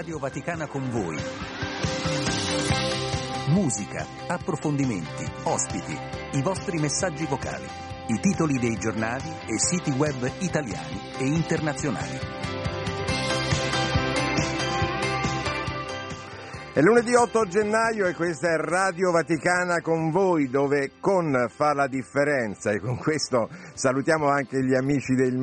Radio Vaticana con voi. Musica, approfondimenti, ospiti, i vostri messaggi vocali, i titoli dei giornali e siti web italiani e internazionali. È lunedì 8 gennaio e questa è Radio Vaticana con voi, dove con fa la differenza, e con questo salutiamo anche gli amici del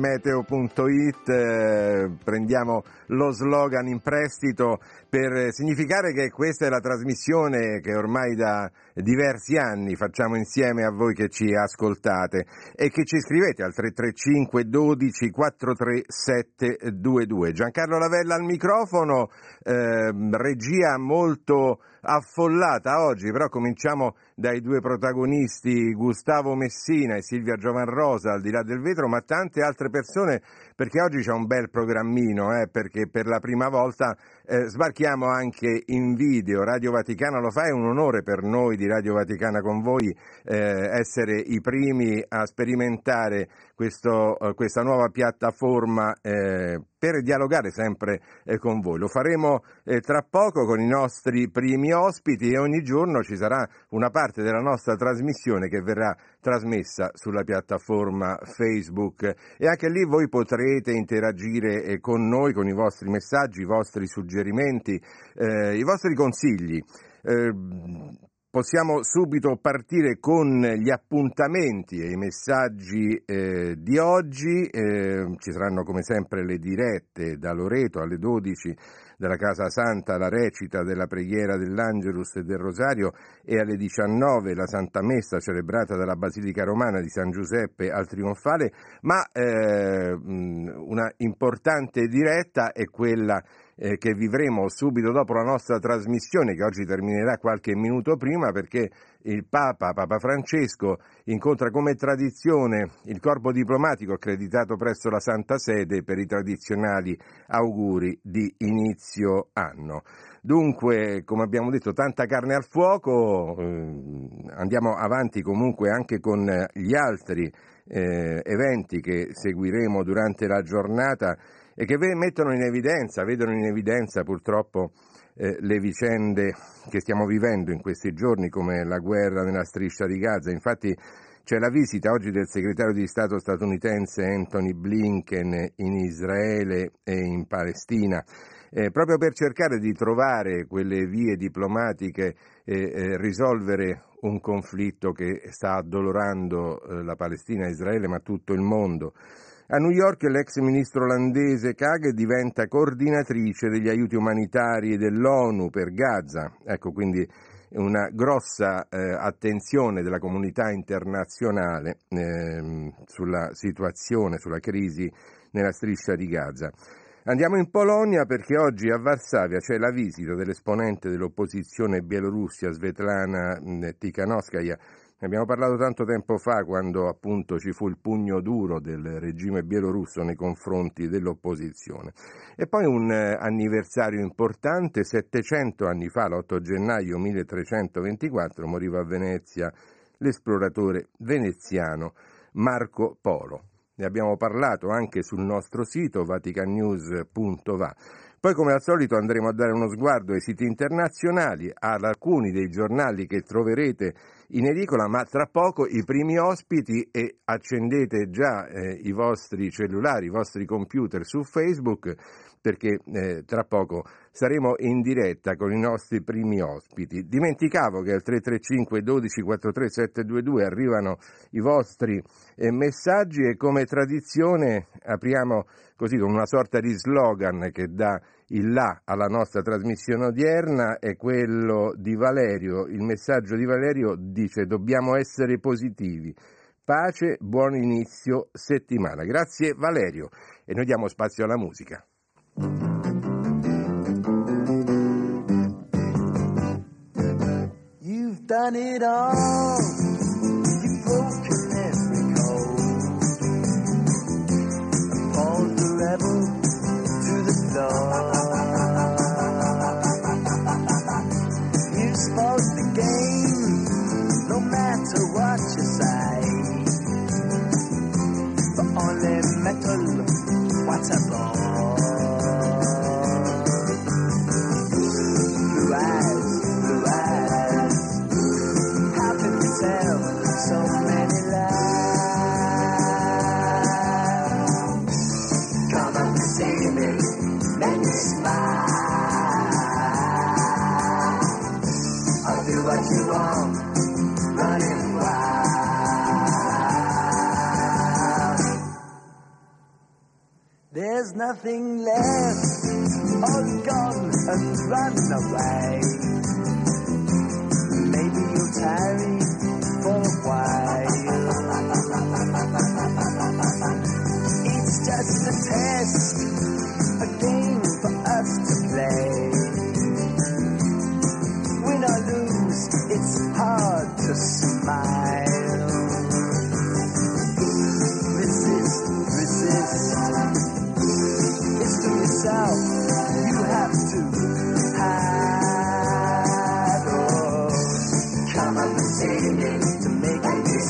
meteo.it, prendiamo lo slogan in prestito per significare che questa è la trasmissione che ormai da diversi anni facciamo insieme a voi che ci ascoltate e che ci scrivete al 335 12 43 722. Giancarlo Lavella al microfono, regia molto affollata oggi, però cominciamo dai due protagonisti, Gustavo Messina e Silvia Giovanrosa al di là del vetro, ma tante altre persone, perché oggi c'è un bel programmino, perché per la prima volta sbarchiamo anche in video. Radio Vaticana lo fa, è un onore per noi di Radio Vaticana con voi essere i primi a sperimentare questa nuova piattaforma per dialogare sempre con voi. Lo faremo tra poco con i nostri primi ospiti e ogni giorno ci sarà una parte della nostra trasmissione che verrà trasmessa sulla piattaforma Facebook e anche lì voi potrete interagire con noi, con i vostri messaggi, i vostri suggerimenti, i vostri consigli. Possiamo subito partire con gli appuntamenti e i messaggi di oggi. Ci saranno come sempre le dirette da Loreto alle 12 della Casa Santa, la recita della preghiera dell'Angelus e del Rosario, e alle 19 la Santa Messa celebrata dalla Basilica Romana di San Giuseppe al Trionfale, ma una importante diretta è quella che vivremo subito dopo la nostra trasmissione, che oggi terminerà qualche minuto prima, perché il Papa Francesco incontra come tradizione il corpo diplomatico accreditato presso la Santa Sede per i tradizionali auguri di inizio anno. Dunque, come abbiamo detto, tanta carne al fuoco, andiamo avanti comunque anche con gli altri eventi che seguiremo durante la giornata e che vedono in evidenza purtroppo le vicende che stiamo vivendo in questi giorni, come la guerra nella striscia di Gaza. Infatti c'è la visita oggi del segretario di Stato statunitense Anthony Blinken in Israele e in Palestina, proprio per cercare di trovare quelle vie diplomatiche e risolvere un conflitto che sta addolorando la Palestina e Israele, ma tutto il mondo. A New York l'ex ministro olandese Kaag diventa coordinatrice degli aiuti umanitari dell'ONU per Gaza. Ecco, quindi una grossa attenzione della comunità internazionale sulla situazione, sulla crisi nella striscia di Gaza. Andiamo in Polonia perché oggi a Varsavia c'è la visita dell'esponente dell'opposizione bielorussia Svetlana Tikhanovskaya. Ne abbiamo parlato tanto tempo fa, quando appunto ci fu il pugno duro del regime bielorusso nei confronti dell'opposizione. E poi un anniversario importante: 700 anni fa, l'8 gennaio 1324, moriva a Venezia l'esploratore veneziano Marco Polo. Ne abbiamo parlato anche sul nostro sito vaticannews.va. Poi, come al solito, andremo a dare uno sguardo ai siti internazionali, ad alcuni dei giornali che troverete in edicola, ma tra poco i primi ospiti, e accendete già i vostri cellulari, i vostri computer su Facebook, perché tra poco saremo in diretta con i nostri primi ospiti. Dimenticavo che al 335 12 43 722 arrivano i vostri messaggi e, come tradizione, apriamo così con una sorta di slogan che dà il là alla nostra trasmissione odierna. È quello di Valerio. Il messaggio di Valerio dice: dobbiamo essere positivi, pace, buon inizio settimana. Grazie Valerio, e noi diamo spazio alla musica. You've done it all, you've broken every code, pulled the rebel to the floor. You spoke the game, no matter what you say, for only metal, what a bore. nothing left, all gone and run away. Maybe you'll tarry for a while. It's just a test, a game for us to play. Win or lose, it's hard to smile. Resist, resist. It's to yourself you have to hide. Oh, come up and see me to make me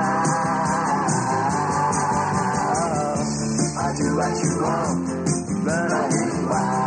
smile. I'll do what you want, run away wild.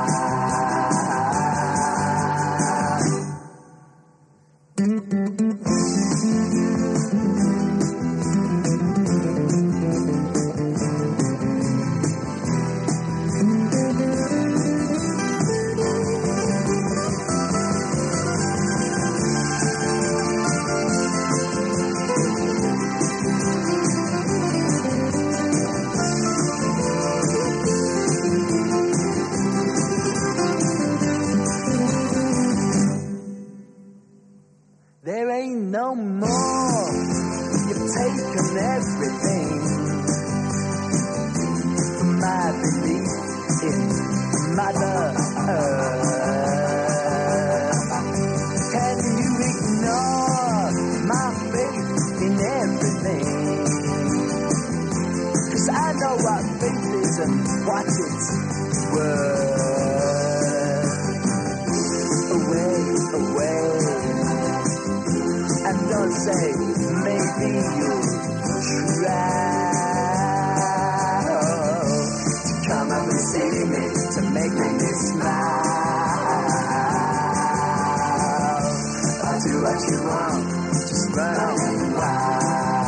There ain't no more. You've taken everything. My belief in Mother Earth. Can you ignore my faith in everything? 'Cause I know what faith is and what it's worth. Away, away. And don't say, maybe you'll try to come up and see me, to make me smile. I'll do what you want, just run away wild.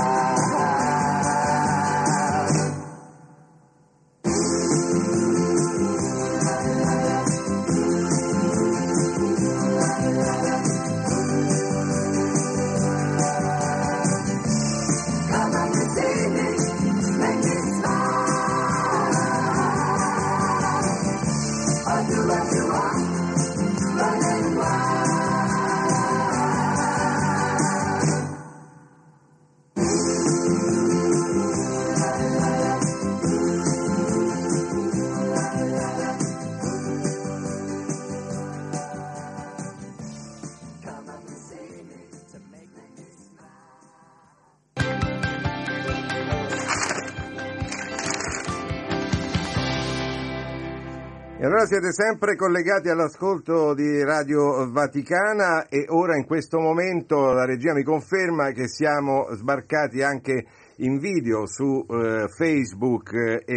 E allora siete sempre collegati all'ascolto di Radio Vaticana e ora in questo momento la regia mi conferma che siamo sbarcati anche in video su Facebook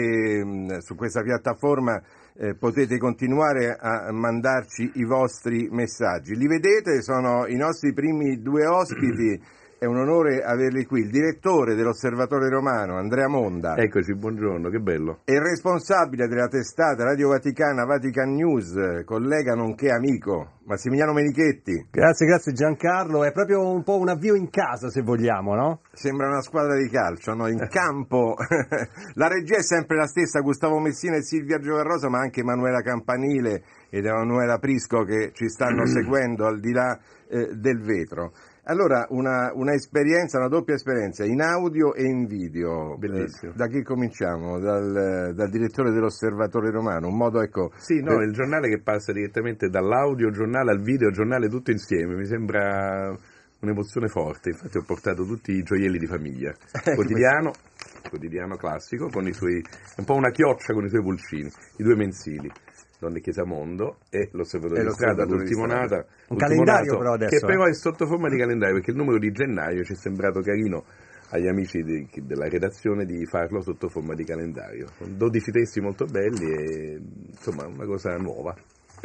e su questa piattaforma potete continuare a mandarci i vostri messaggi. Li vedete, sono i nostri primi due ospiti. È un onore averli qui, il direttore dell'Osservatore Romano, Andrea Monda. Eccoci, buongiorno, che bello. E il responsabile della testata Radio Vaticana, Vatican News, collega nonché amico, Massimiliano Menichetti. Grazie Giancarlo, è proprio un po' un avvio in casa se vogliamo, no? Sembra una squadra di calcio, no? In campo la regia è sempre la stessa, Gustavo Messina e Silvia Giovarrosa, ma anche Emanuela Campanile ed Emanuela Prisco che ci stanno seguendo al di là del vetro. Allora, una esperienza, una doppia esperienza, in audio e in video. Bellissimo. Da chi cominciamo? Dal direttore dell'Osservatore Romano, un modo, ecco... Sì, no, il giornale che passa direttamente dall'audio giornale al video giornale tutto insieme, mi sembra un'emozione forte, infatti ho portato tutti i gioielli di famiglia. Quotidiano classico, con i suoi, un po' una chioccia con i suoi pulcini, i due mensili. Donne Chiesa Mondo e l'Osservatore di Strada, l'ultimonata, un calendario però adesso, che però è sotto forma di calendario, perché il numero di gennaio ci è sembrato carino agli amici della redazione di farlo sotto forma di calendario, con 12 testi molto belli e insomma una cosa nuova.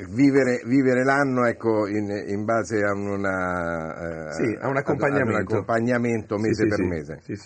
Vivere l'anno, ecco, in base a a un accompagnamento mese per mese. Sì.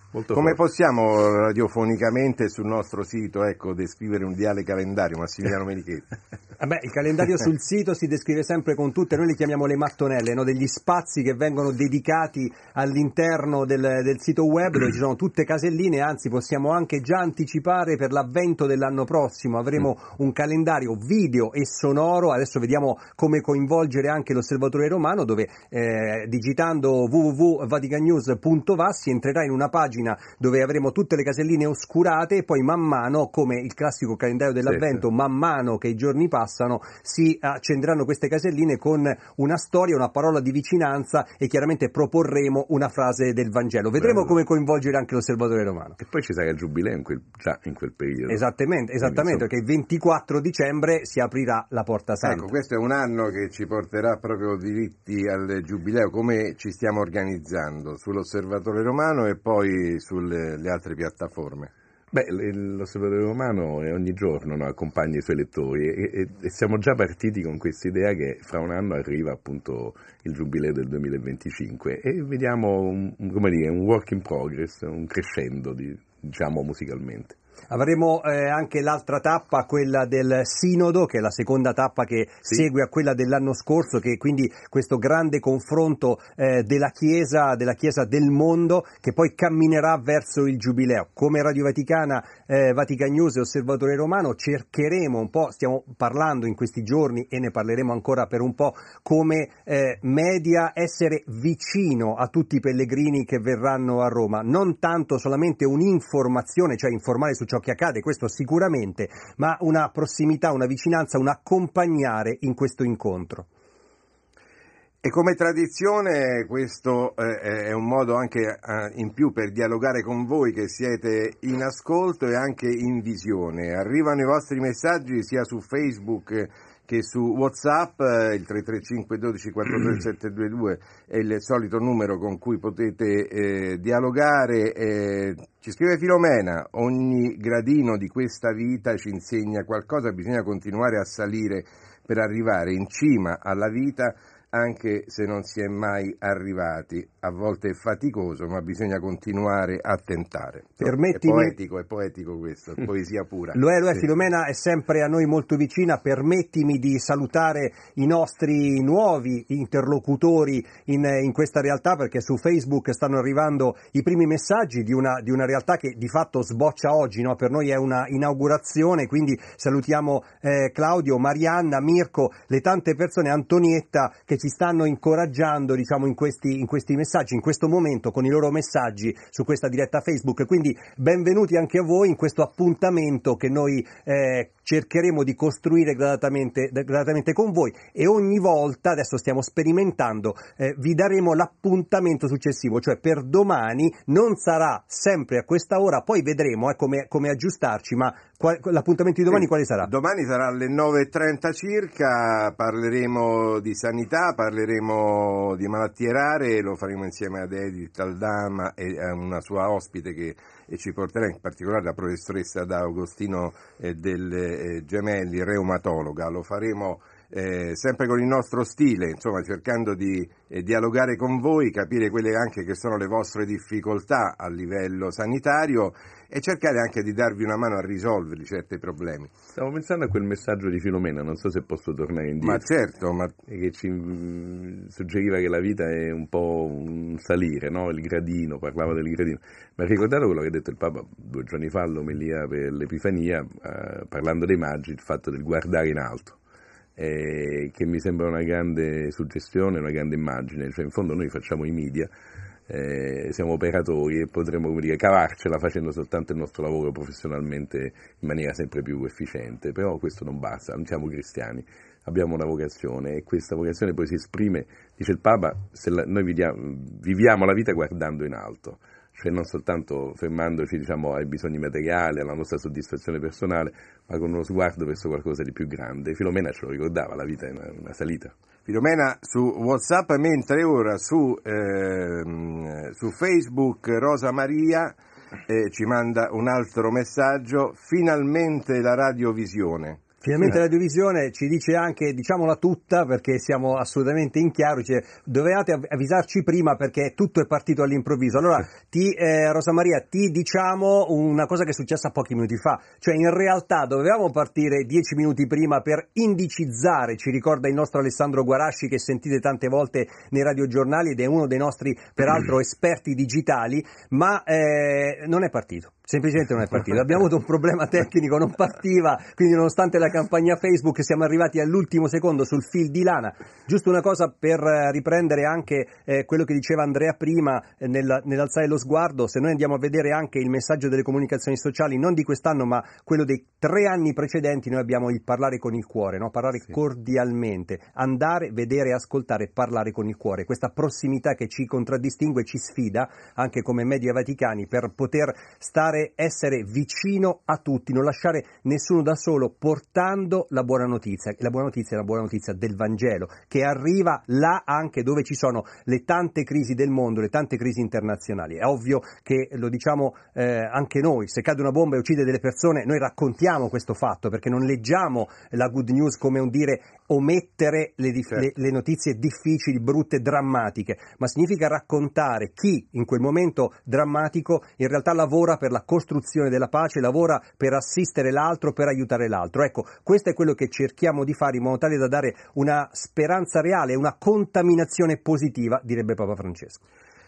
molto Come forte. possiamo radiofonicamente sul nostro sito, descrivere un ideale calendario, Massimiliano Menichetti? Il calendario sul sito si descrive sempre con tutte, noi li chiamiamo le mattonelle, no? Degli spazi che vengono dedicati all'interno del sito web dove ci sono tutte caselline, anzi possiamo anche già anticipare per l'avvento dell'anno prossimo, avremo un calendario video e sonoro, adesso vediamo come coinvolgere anche l'Osservatore Romano, dove digitando www.vaticannews.va si entrerà in una pagina dove avremo tutte le caselline oscurate e poi man mano, come il classico calendario dell'avvento, Certo. man mano che i giorni passano si accenderanno queste caselline con una storia, una parola di vicinanza e chiaramente proporremo una frase del Vangelo. Vedremo come coinvolgere anche l'Osservatore Romano. E poi ci sarà il giubileo già in quel periodo. Esattamente, perché il 24 dicembre si aprirà la Porta Santa. Questo è un anno che ci porterà proprio diritti al Giubileo. Come ci stiamo organizzando sull'Osservatore Romano e poi sulle altre piattaforme? L'Osservatore Romano ogni giorno accompagna i suoi lettori e siamo già partiti con questa idea che fra un anno arriva appunto il Giubileo del 2025 e vediamo un work in progress, un crescendo diciamo musicalmente. Avremo anche l'altra tappa, quella del Sinodo, che è la seconda tappa che segue a quella dell'anno scorso, che quindi questo grande confronto della Chiesa del mondo, che poi camminerà verso il Giubileo. Come Radio Vaticana, Vatican News e Osservatore Romano cercheremo un po', stiamo parlando in questi giorni e ne parleremo ancora per un po', come media essere vicino a tutti i pellegrini che verranno a Roma, non tanto solamente un'informazione, cioè informare su ciò che accade, questo sicuramente, ma una prossimità, una vicinanza, un accompagnare in questo incontro. E come tradizione questo è un modo anche in più per dialogare con voi che siete in ascolto e anche in visione. Arrivano i vostri messaggi sia su Facebook che su WhatsApp, il 335 12 43 722 è il solito numero con cui potete dialogare. Ci scrive Filomena: ogni gradino di questa vita ci insegna qualcosa, bisogna continuare a salire per arrivare in cima alla vita, anche se non si è mai arrivati. A volte è faticoso, ma bisogna continuare a tentare. Permettimi... È poetico questo, è poesia pura. Lo è, Filomena è sempre a noi molto vicina. Permettimi di salutare i nostri nuovi interlocutori in questa realtà, perché su Facebook stanno arrivando i primi messaggi di una realtà che di fatto sboccia oggi, no? Per noi è una inaugurazione, quindi salutiamo Claudio, Marianna, Mirko, le tante persone, Antonietta, che ci stanno incoraggiando, diciamo, in questi messaggi, in questo momento, con i loro messaggi su questa diretta Facebook. Quindi benvenuti anche a voi in questo appuntamento che noi cercheremo di costruire gradatamente con voi, e ogni volta, adesso stiamo sperimentando, vi daremo l'appuntamento successivo, cioè per domani non sarà sempre a questa ora, poi vedremo come aggiustarci, ma l'appuntamento di domani quale sarà? Domani sarà alle 9:30 circa, parleremo di sanità, parleremo di malattie rare, lo faremo insieme ad Edith Aldama e a una sua ospite che ci porterà, in particolare la professoressa D'Agostino del Gemelli, reumatologa. Lo faremo sempre con il nostro stile, insomma, cercando di dialogare con voi, capire quelle anche che sono le vostre difficoltà a livello sanitario e cercare anche di darvi una mano a risolvere certi problemi. Stavo pensando a quel messaggio di Filomena, non so se posso tornare indietro. Ma certo, che ci suggeriva che la vita è un po' un salire, no? Il gradino, parlava del gradino. Mi ha ricordato quello che ha detto il Papa 2 giorni fa all'omelia per l'Epifania, parlando dei Magi, il fatto del guardare in alto. Che mi sembra una grande suggestione, una grande immagine, cioè in fondo noi facciamo i media, siamo operatori e potremmo, come dire, cavarcela facendo soltanto il nostro lavoro professionalmente in maniera sempre più efficiente, però questo non basta, non siamo cristiani, abbiamo una vocazione e questa vocazione poi si esprime, dice il Papa, noi viviamo la vita guardando in alto, cioè non soltanto fermandoci, diciamo, ai bisogni materiali, alla nostra soddisfazione personale, ma con uno sguardo verso qualcosa di più grande. Filomena ce lo ricordava, la vita è una salita. Filomena su WhatsApp, mentre ora su Facebook Rosa Maria ci manda un altro messaggio: finalmente la radiovisione. Finalmente la radiovisione ci dice anche, diciamola tutta perché siamo assolutamente in chiaro, dice, dovevate avvisarci prima perché tutto è partito all'improvviso. Allora, Rosa Maria, ti diciamo una cosa che è successa pochi minuti fa, cioè in realtà dovevamo partire 10 minuti prima per indicizzare, ci ricorda il nostro Alessandro Guarasci che sentite tante volte nei radiogiornali ed è uno dei nostri peraltro esperti digitali, ma non è partito. Semplicemente non è partito, abbiamo avuto un problema tecnico, non partiva, quindi nonostante la campagna Facebook siamo arrivati all'ultimo secondo sul fil di lana. Giusto una cosa per riprendere anche quello che diceva Andrea prima nell'alzare lo sguardo, se noi andiamo a vedere anche il messaggio delle comunicazioni sociali, non di quest'anno ma quello dei 3 anni precedenti, noi abbiamo il parlare con il cuore, no? Parlare cordialmente, andare, vedere, ascoltare, parlare con il cuore, questa prossimità che ci contraddistingue e ci sfida anche come media vaticani per poter essere vicino a tutti, non lasciare nessuno da solo, portando la buona notizia. La buona notizia è la buona notizia del Vangelo, che arriva là anche dove ci sono le tante crisi del mondo, le tante crisi internazionali. È ovvio che lo diciamo anche noi, se cade una bomba e uccide delle persone, noi raccontiamo questo fatto, perché non leggiamo la good news come un dire omettere le notizie difficili, brutte, drammatiche, ma significa raccontare chi in quel momento drammatico in realtà lavora per la costruzione della pace, lavora per assistere l'altro, per aiutare l'altro. Ecco, questo è quello che cerchiamo di fare in modo tale da dare una speranza reale, una contaminazione positiva, direbbe Papa Francesco.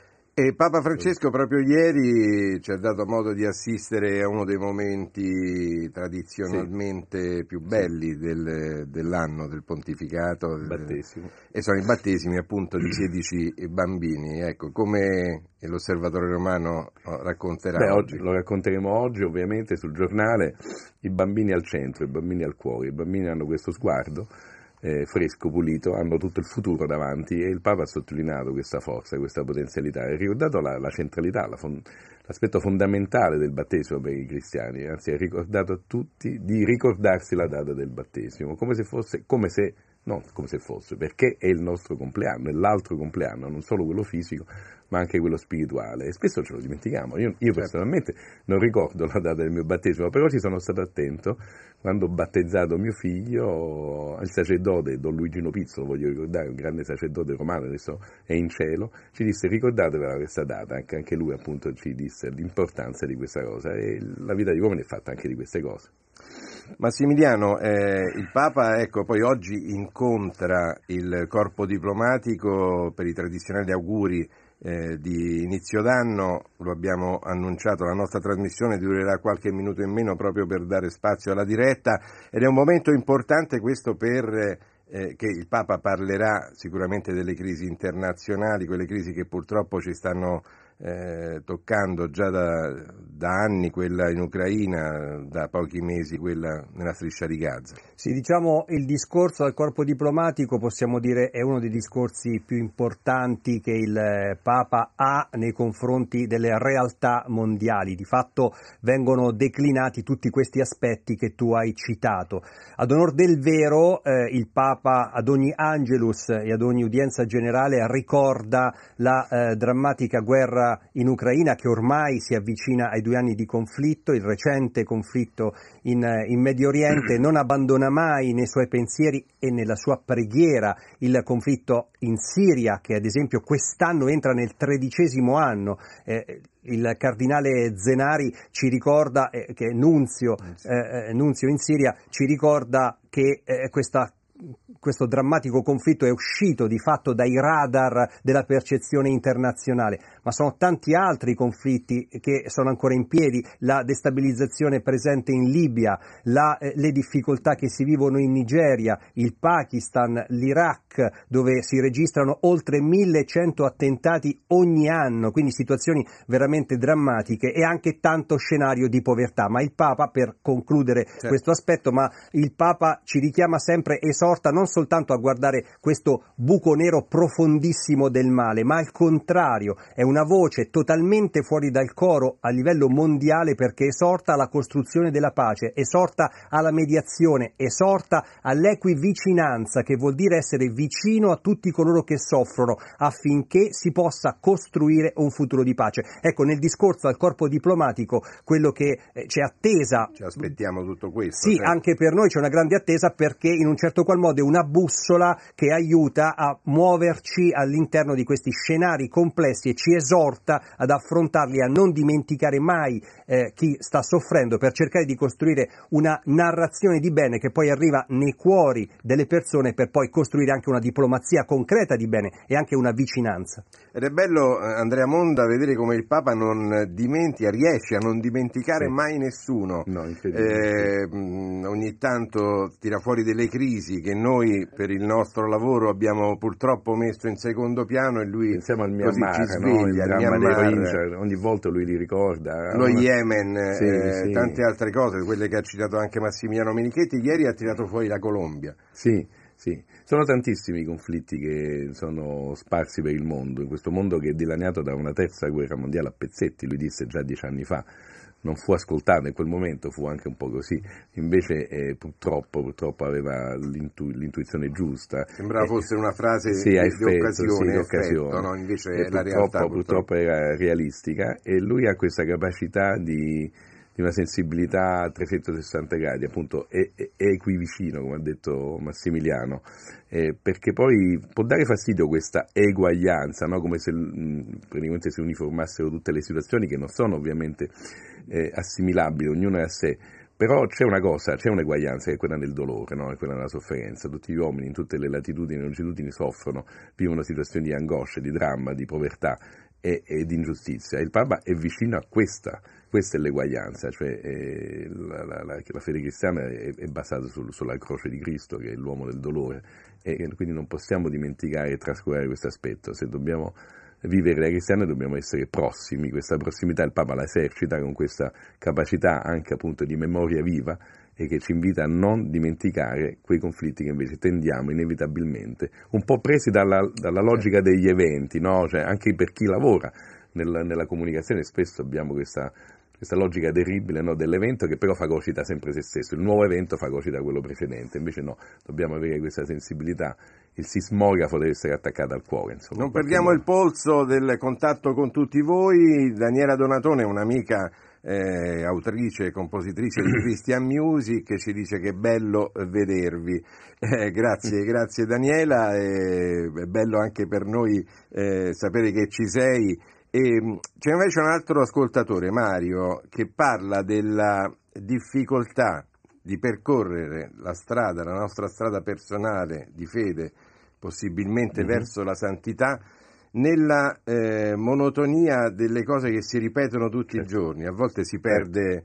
E Papa Francesco proprio ieri ci ha dato modo di assistere a uno dei momenti tradizionalmente più belli dell'anno del pontificato, il battesimo. E sono i battesimi appunto di 16 bambini. Ecco, come l'Osservatore Romano racconterà oggi. Lo racconteremo oggi ovviamente sul giornale, i bambini al centro, i bambini al cuore, i bambini hanno questo sguardo fresco, pulito, hanno tutto il futuro davanti e il Papa ha sottolineato questa forza, questa potenzialità, ha ricordato la centralità, l'aspetto fondamentale del battesimo per i cristiani, anzi ha ricordato a tutti di ricordarsi la data del battesimo, come se fosse, perché è il nostro compleanno, è l'altro compleanno, non solo quello fisico, ma anche quello spirituale, e spesso ce lo dimentichiamo. Io personalmente non ricordo la data del mio battesimo, però ci sono stato attento quando ho battezzato mio figlio, il sacerdote Don Luigino Pizzo, lo voglio ricordare, un grande sacerdote romano, adesso è in cielo, ci disse ricordatevela questa data, anche lui appunto ci disse l'importanza di questa cosa, e la vita di uomini è fatta anche di queste cose. Massimiliano, il Papa poi oggi incontra il corpo diplomatico per i tradizionali auguri di inizio d'anno, lo abbiamo annunciato, la nostra trasmissione durerà qualche minuto in meno proprio per dare spazio alla diretta ed è un momento importante questo per che il Papa parlerà sicuramente delle crisi internazionali, quelle crisi che purtroppo ci stanno toccando già da anni, quella in Ucraina, da pochi mesi quella nella striscia di Gaza. Sì, diciamo il discorso al corpo diplomatico possiamo dire è uno dei discorsi più importanti che il Papa ha nei confronti delle realtà mondiali. Di fatto vengono declinati tutti questi aspetti che tu hai citato. Ad onor del vero il Papa ad ogni Angelus e ad ogni udienza generale ricorda la drammatica guerra in Ucraina che ormai si avvicina ai 2 anni di conflitto, il recente conflitto in Medio Oriente, non abbandona mai nei suoi pensieri e nella sua preghiera il conflitto in Siria, che ad esempio quest'anno entra nel 13° anno. Il cardinale Zenari ci ricorda che Nunzio in Siria ci ricorda che questo drammatico conflitto è uscito di fatto dai radar della percezione internazionale, ma sono tanti altri conflitti che sono ancora in piedi, la destabilizzazione presente in Libia, le difficoltà che si vivono in Nigeria, il Pakistan, l'Iraq, dove si registrano oltre 1100 attentati ogni anno, quindi situazioni veramente drammatiche e anche tanto scenario di povertà. Ma il Papa, per concludere questo aspetto, ma il Papa ci richiama sempre, esorta non soltanto a guardare questo buco nero profondissimo del male, ma al contrario, è una voce totalmente fuori dal coro a livello mondiale, perché esorta alla costruzione della pace, esorta alla mediazione, esorta all'equivicinanza, che vuol dire essere vicino a tutti coloro che soffrono, affinché si possa costruire un futuro di pace. Ecco, nel discorso al corpo diplomatico, quello che c'è attesa, ci aspettiamo tutto questo. sì, certo. Anche per noi c'è una grande attesa, perché in un certo qual modo è una bussola che aiuta a muoverci all'interno di questi scenari complessi e ci esorta ad affrontarli, a non dimenticare mai chi sta soffrendo, per cercare di costruire una narrazione di bene che poi arriva nei cuori delle persone, per poi costruire anche una diplomazia concreta di bene e anche una vicinanza. Ed è bello, Andrea Monda, vedere come il Papa non riesce a non dimenticare mai nessuno. No, incredibile. Ogni tanto tira fuori delle crisi che noi per il nostro lavoro abbiamo purtroppo messo in secondo piano, e lui Pensiamo al così Myanmar, ci sveglia, il il dramma dei Myanmar, Rohingya, ogni volta lui li ricorda. lo Yemen, Sì. tante altre cose, quelle che ha citato anche Massimiliano Menichetti. Ieri ha tirato fuori la Colombia. Sì. Sono tantissimi i conflitti che sono sparsi per il mondo, in questo mondo che è dilaniato da una terza guerra mondiale a pezzetti. Lui disse già 10 anni fa, non fu ascoltato in quel momento, fu anche un po' così, invece purtroppo aveva l'intuizione giusta. Sembrava fosse una frase di occasione, effetto, no? Invece la realtà purtroppo era realistica, e lui ha questa capacità di una sensibilità a 360 gradi, appunto è equivicino, come ha detto Massimiliano, perché poi può dare fastidio questa eguaglianza, no? Come se praticamente si uniformassero tutte le situazioni, che non sono ovviamente assimilabili, ognuno è a sé. Però c'è una cosa, c'è un'eguaglianza, che è quella del dolore, no? È quella della sofferenza. Tutti gli uomini in tutte le latitudini e longitudini soffrono, vivono situazioni di angoscia, di dramma, di povertà e di ingiustizia. Il Papa è vicino a questa è l'eguaglianza, cioè la fede cristiana è basata sulla croce di Cristo, che è l'uomo del dolore, e quindi non possiamo dimenticare e trascurare questo aspetto. Se dobbiamo vivere la cristiana dobbiamo essere prossimi, questa prossimità il Papa la esercita con questa capacità anche appunto di memoria viva, e che ci invita a non dimenticare quei conflitti che invece tendiamo inevitabilmente, un po' presi dalla logica degli eventi, no? Cioè, anche per chi lavora nella comunicazione spesso abbiamo questa logica terribile, no, dell'evento, che però fagocita sempre se stesso. Il nuovo evento fagocita quello precedente, invece no, dobbiamo avere questa sensibilità. Il sismografo deve essere attaccato al cuore, insomma. Non perdiamo il polso del contatto con tutti voi. Daniela Donatone, un'amica autrice e compositrice di Christian Music, che ci dice che è bello vedervi. Grazie Daniela, è bello anche per noi sapere che ci sei. E c'è invece un altro ascoltatore, Mario, che parla della difficoltà di percorrere la nostra strada personale di fede, possibilmente verso la santità, nella monotonia delle cose che si ripetono tutti i giorni. A volte si perde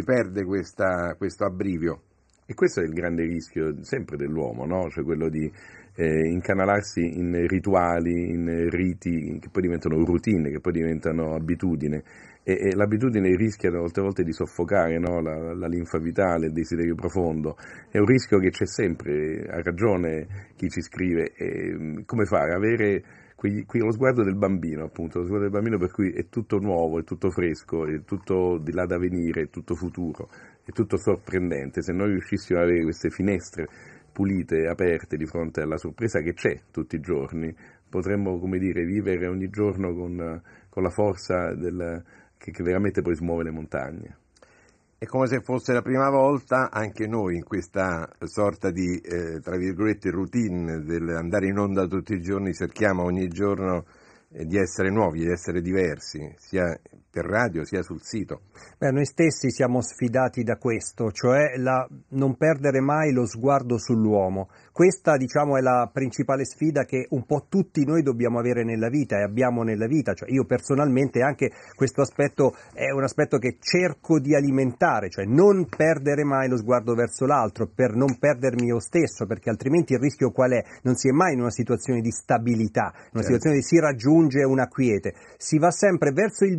questo abbrivio. E questo è il grande rischio sempre dell'uomo, no? Cioè quello di incanalarsi in rituali, in riti che poi diventano routine, che poi diventano abitudine, e l'abitudine rischia molte volte di soffocare, no? la linfa vitale, il desiderio profondo. È un rischio che c'è sempre, ha ragione chi ci scrive. Come fare? Avere lo sguardo del bambino, appunto, lo sguardo del bambino per cui è tutto nuovo, è tutto fresco, è tutto di là da venire, è tutto futuro, è tutto sorprendente. Se noi riuscissimo ad avere queste finestre pulite, aperte di fronte alla sorpresa che c'è tutti i giorni, potremmo, come dire, vivere ogni giorno con la forza che veramente poi smuove le montagne. È come se fosse la prima volta, anche noi in questa sorta di, tra virgolette, routine dell'andare in onda tutti i giorni, cerchiamo ogni giorno di essere nuovi, di essere diversi, sia per radio sia sul sito. Noi stessi siamo sfidati da questo, cioè non perdere mai lo sguardo sull'uomo. Questa, diciamo, è la principale sfida che un po' tutti noi dobbiamo avere nella vita e abbiamo nella vita. Cioè, io personalmente anche questo aspetto è un aspetto che cerco di alimentare, cioè non perdere mai lo sguardo verso l'altro, per non perdermi io stesso, perché altrimenti il rischio qual è? Non si è mai in una situazione di stabilità, in una situazione di si raggiunge una quiete, si va sempre verso il basso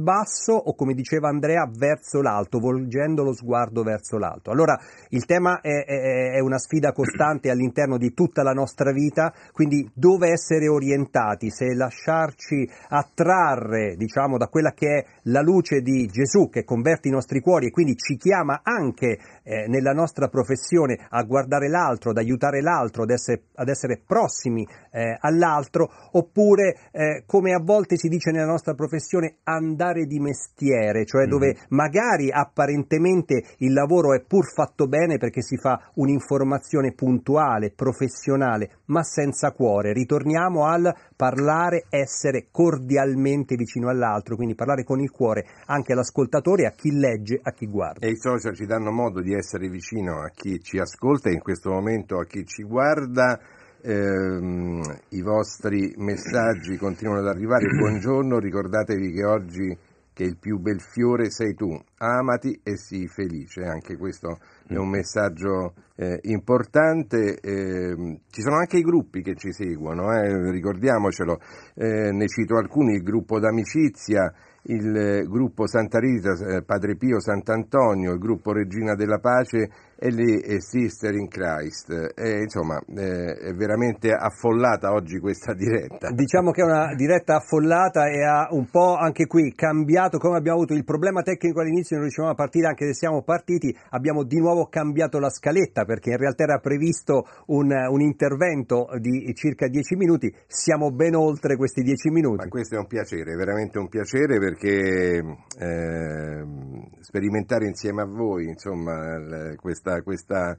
basso o, come diceva Andrea, verso l'alto, volgendo lo sguardo verso l'alto. Allora il tema è una sfida costante all'interno di tutta la nostra vita, quindi dove essere orientati, se lasciarci attrarre, diciamo, da quella che è la luce di Gesù che converte i nostri cuori e quindi ci chiama anche nella nostra professione a guardare l'altro, ad aiutare l'altro, ad essere prossimi all'altro, oppure come a volte si dice nella nostra professione, andare di mestiere, cioè dove magari apparentemente il lavoro è pur fatto bene perché si fa un'informazione puntuale, professionale, ma senza cuore. Ritorniamo al parlare, essere cordialmente vicino all'altro, quindi parlare con il cuore anche all'ascoltatore, a chi legge, a chi guarda. E i social ci danno modo di essere vicino a chi ci ascolta e in questo momento a chi ci guarda. I vostri messaggi continuano ad arrivare. Buongiorno, ricordatevi che oggi che il più bel fiore sei tu, amati e sii felice. Anche questo è un messaggio importante. Ci sono anche i gruppi che ci seguono, ricordiamocelo, ne cito alcuni: il gruppo d'amicizia, il gruppo Santa Rita, Padre Pio, Sant'Antonio, il gruppo Regina della Pace e le Sister in Christ. Insomma, è veramente affollata oggi questa diretta. Diciamo che è una diretta affollata e ha un po' anche qui cambiato, come abbiamo avuto il problema tecnico all'inizio, non riuscivamo a partire, anche se siamo partiti, abbiamo di nuovo cambiato la scaletta perché in realtà era previsto un intervento di circa 10 minuti, siamo ben oltre questi 10 minuti. Ma questo è un piacere, veramente un piacere, perché sperimentare insieme a voi, insomma, questo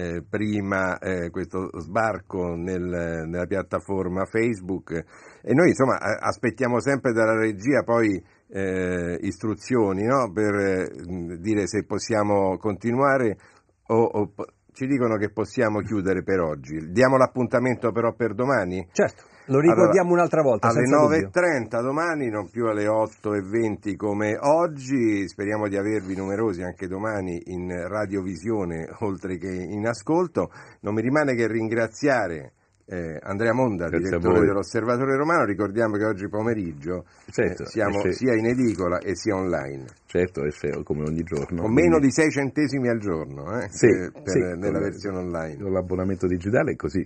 sbarco nella piattaforma Facebook, e noi insomma aspettiamo sempre dalla regia poi istruzioni, no? Per dire se possiamo continuare o ci dicono che possiamo chiudere per oggi. Diamo l'appuntamento però per domani? Certo. Lo ricordiamo un'altra volta. Alle 9.30 domani, non più alle 8.20 come oggi. Speriamo di avervi numerosi anche domani in radiovisione, oltre che in ascolto. Non mi rimane che ringraziare Andrea Monda, direttore dell'Osservatore Romano. Ricordiamo che oggi pomeriggio siamo sia in edicola e sia online. Certo, come ogni giorno. Con meno di 6 centesimi al giorno nella versione online. Con l'abbonamento digitale è così.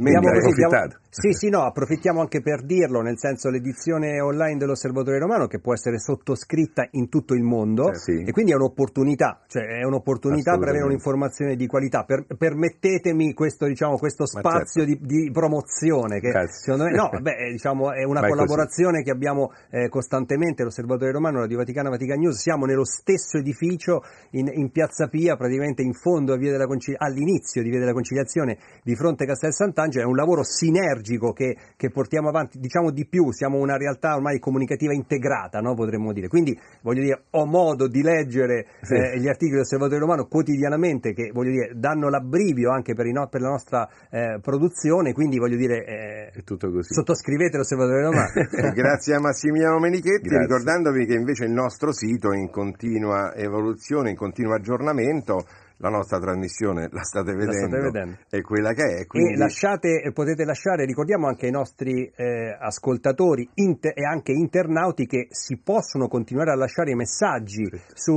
Approfittiamo anche per dirlo, nel senso, l'edizione online dell'Osservatore Romano che può essere sottoscritta in tutto il mondo e quindi è un'opportunità, per avere un'informazione di qualità. Permettetemi questo spazio di promozione che secondo me è una collaborazione che abbiamo costantemente, l'Osservatore Romano, Radio Vaticana, Vatican News. Siamo nello stesso edificio in Piazza Pia, praticamente in fondo all'inizio di Via della Conciliazione, di fronte a Castel Sant'Angelo. È un lavoro sinergico che portiamo avanti, diciamo di più, siamo una realtà ormai comunicativa integrata, no? Potremmo dire. Quindi ho modo di leggere gli articoli dell'Osservatore Romano quotidianamente, che danno l'abbrivio anche per la nostra produzione, quindi è tutto così. Sottoscrivete l'Osservatore Romano. Grazie a Massimiliano Menichetti, ricordandovi che invece il nostro sito è in continua evoluzione, in continuo aggiornamento. La nostra trasmissione la state vedendo, è quella che è. Quindi... E potete lasciare, ricordiamo anche ai nostri ascoltatori e anche internauti che si possono continuare a lasciare i messaggi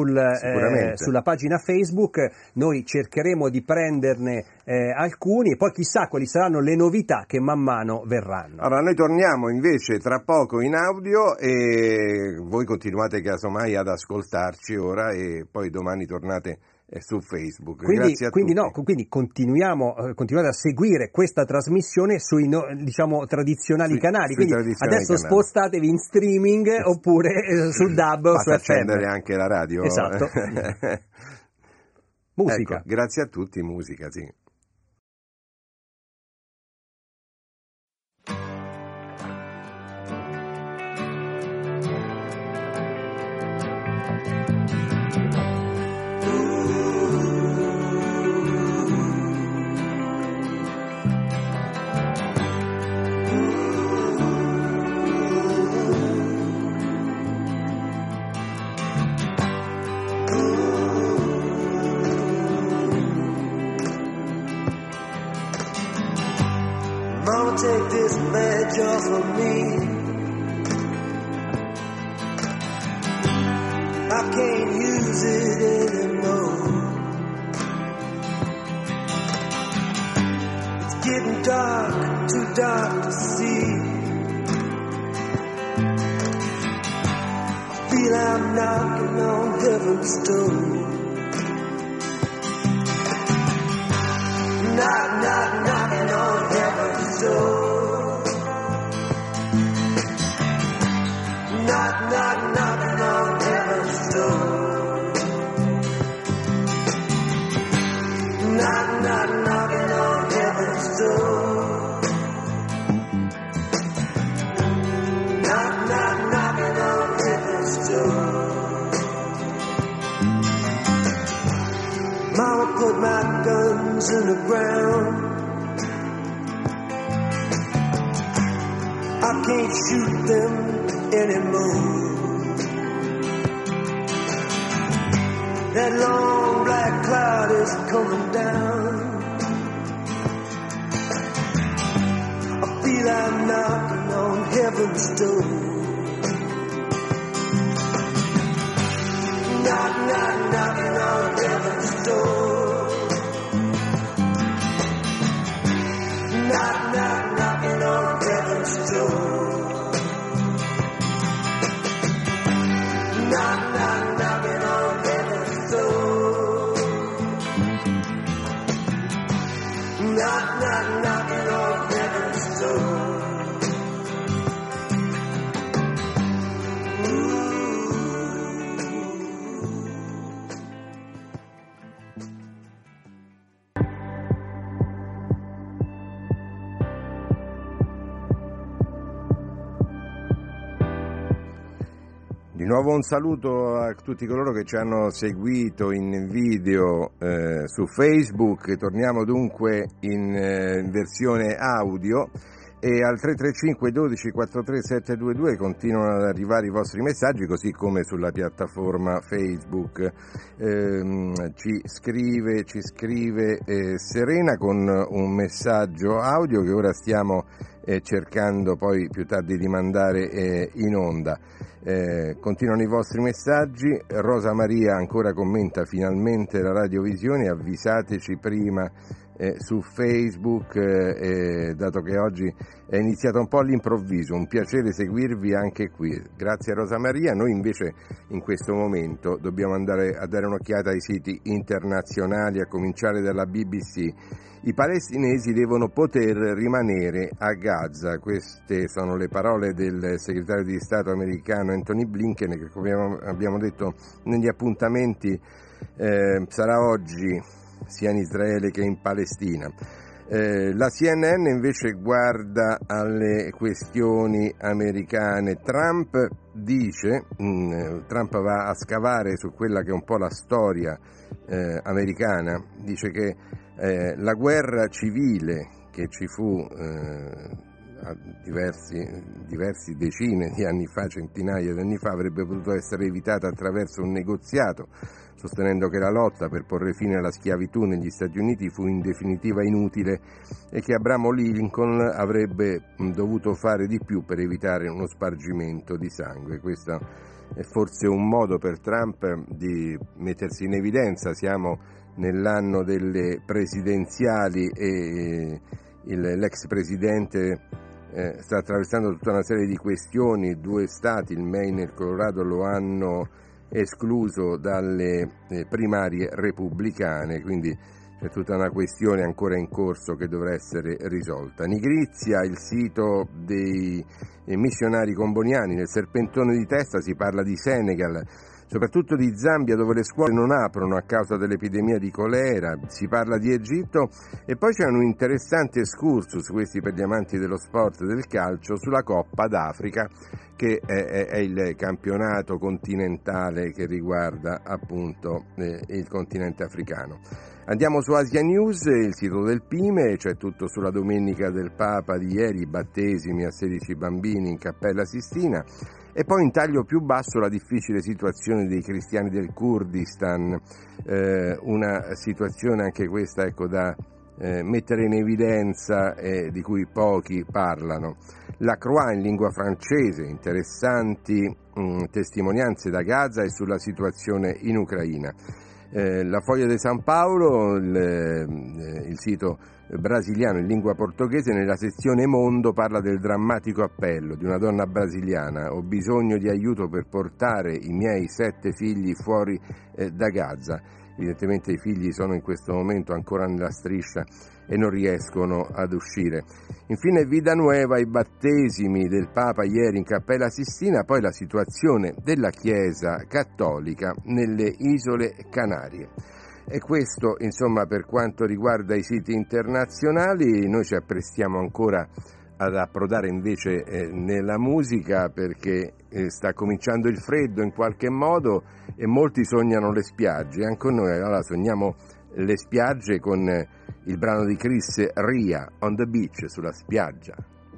sulla pagina Facebook. Noi cercheremo di prenderne alcuni e poi chissà quali saranno le novità che man mano verranno. Allora, noi torniamo invece tra poco in audio e voi continuate casomai ad ascoltarci ora e poi domani tornate su Facebook. Grazie a tutti. Quindi continuate a seguire questa trasmissione sui tradizionali canali. Quindi adesso spostatevi in streaming oppure su DAB o su FM. Accendere anche la radio. Esatto. Musica. Ecco, grazie a tutti, musica, sì. Take this match off of me. can't use it anymore. It's getting dark, too dark to see. I feel I'm knocking on heaven's door. Knock, knock, knocking on heaven's door. Knock, knock, knocking on heaven's door. Knock, knock, knocking on heaven's door. Knock, knock, knocking on heaven's door. Mama put my guns in the ground. I can't shoot them anymore. That long black cloud is coming down. I feel I'm knocking on heaven's door. Knock, knock, knocking on heaven's door. Knock, knock, knocking on heaven's door. Knock, knock, knocking on heaven's door. Knock, knock, knocking on heaven's door. Di nuovo un saluto a tutti coloro che ci hanno seguito in video su Facebook. Torniamo dunque in versione audio e al 335 12 43 722 continuano ad arrivare i vostri messaggi, così come sulla piattaforma Facebook. Ci scrive Serena con un messaggio audio che ora stiamo cercando poi più tardi di mandare in onda. Continuano i vostri messaggi. Rosa Maria ancora commenta: finalmente la radiovisione, avvisateci prima su Facebook, dato che oggi è iniziata un po' all'improvviso. Un piacere seguirvi anche qui. Grazie Rosa Maria. Noi invece in questo momento dobbiamo andare a dare un'occhiata ai siti internazionali, a cominciare dalla BBC. I palestinesi devono poter rimanere a Gaza. Queste sono le parole del segretario di Stato americano Anthony Blinken, che come abbiamo detto negli appuntamenti sarà oggi sia in Israele che in Palestina. La CNN invece guarda alle questioni americane. Trump va a scavare su quella che è un po' la storia americana. Dice che la guerra civile che ci fu a diversi decine di anni fa, centinaia di anni fa, avrebbe potuto essere evitata attraverso un negoziato, sostenendo che la lotta per porre fine alla schiavitù negli Stati Uniti fu in definitiva inutile e che Abramo Lincoln avrebbe dovuto fare di più per evitare uno spargimento di sangue. Questo è forse un modo per Trump di mettersi in evidenza. Siamo nell'anno delle presidenziali e l'ex presidente sta attraversando tutta una serie di questioni. 2 stati, il Maine e il Colorado, lo hanno escluso dalle primarie repubblicane, quindi c'è tutta una questione ancora in corso che dovrà essere risolta. Nigrizia, il sito dei missionari comboniani. Nel serpentone di testa si parla di Senegal, soprattutto di Zambia, dove le scuole non aprono a causa dell'epidemia di colera. Si parla di Egitto e poi c'è un interessante excursus, questi per gli amanti dello sport e del calcio, sulla Coppa d'Africa, che è il campionato continentale che riguarda appunto il continente africano. Andiamo su Asia News, il sito del Pime. C'è tutto sulla Domenica del Papa di ieri, battesimi a 16 bambini in Cappella Sistina. E poi in taglio più basso la difficile situazione dei cristiani del Kurdistan, una situazione anche questa da mettere in evidenza, di cui pochi parlano. La Croix in lingua francese, interessanti testimonianze da Gaza e sulla situazione in Ucraina. La Foglia di San Paolo, il sito brasiliano in lingua portoghese, nella sezione Mondo parla del drammatico appello di una donna brasiliana: ho bisogno di aiuto per portare i miei 7 figli fuori da Gaza. Evidentemente i figli sono in questo momento ancora nella striscia e non riescono ad uscire. Infine Vida Nueva, i battesimi del Papa ieri in Cappella Sistina, poi la situazione della Chiesa Cattolica nelle Isole Canarie. E questo, insomma, per quanto riguarda i siti internazionali. Noi ci apprestiamo ancora ad approdare invece nella musica, perché sta cominciando il freddo in qualche modo e molti sognano le spiagge. Anche noi allora sogniamo le spiagge con il brano di Chris Ria, On the Beach, sulla spiaggia.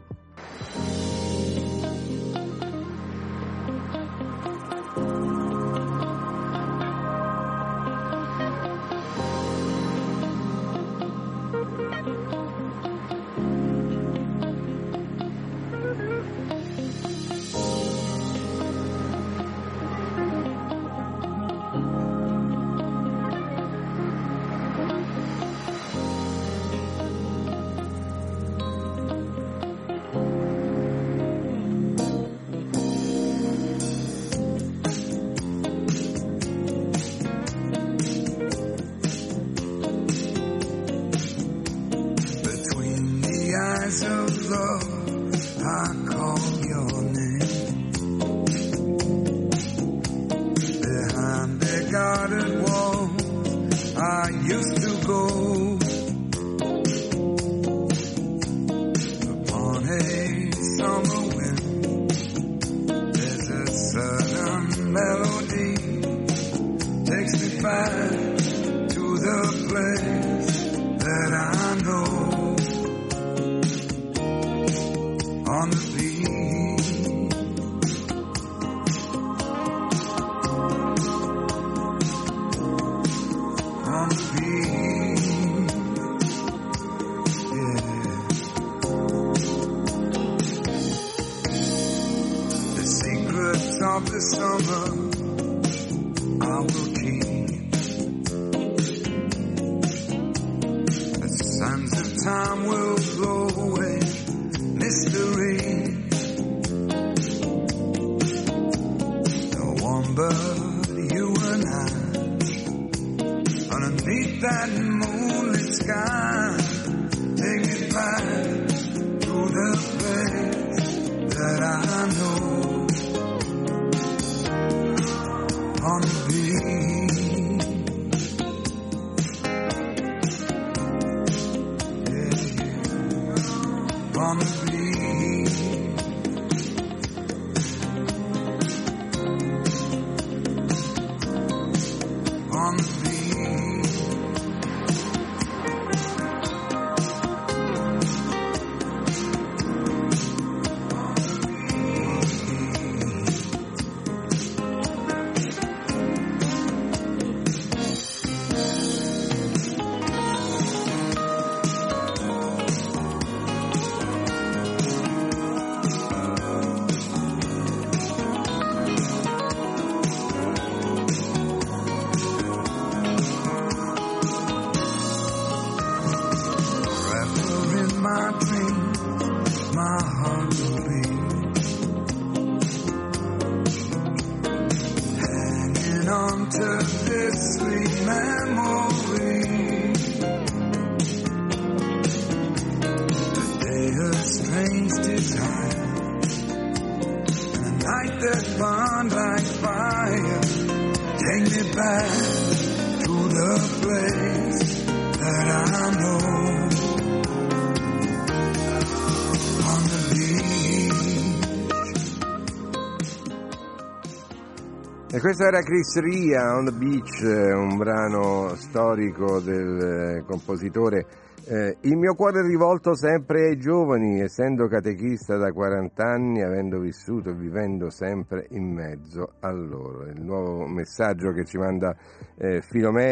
E questo era Chris Ria, On the Beach, un brano storico del compositore. Il mio cuore è rivolto sempre ai giovani, essendo catechista da 40 anni, avendo vissuto e vivendo sempre in mezzo a loro. Il nuovo messaggio che ci manda Filomena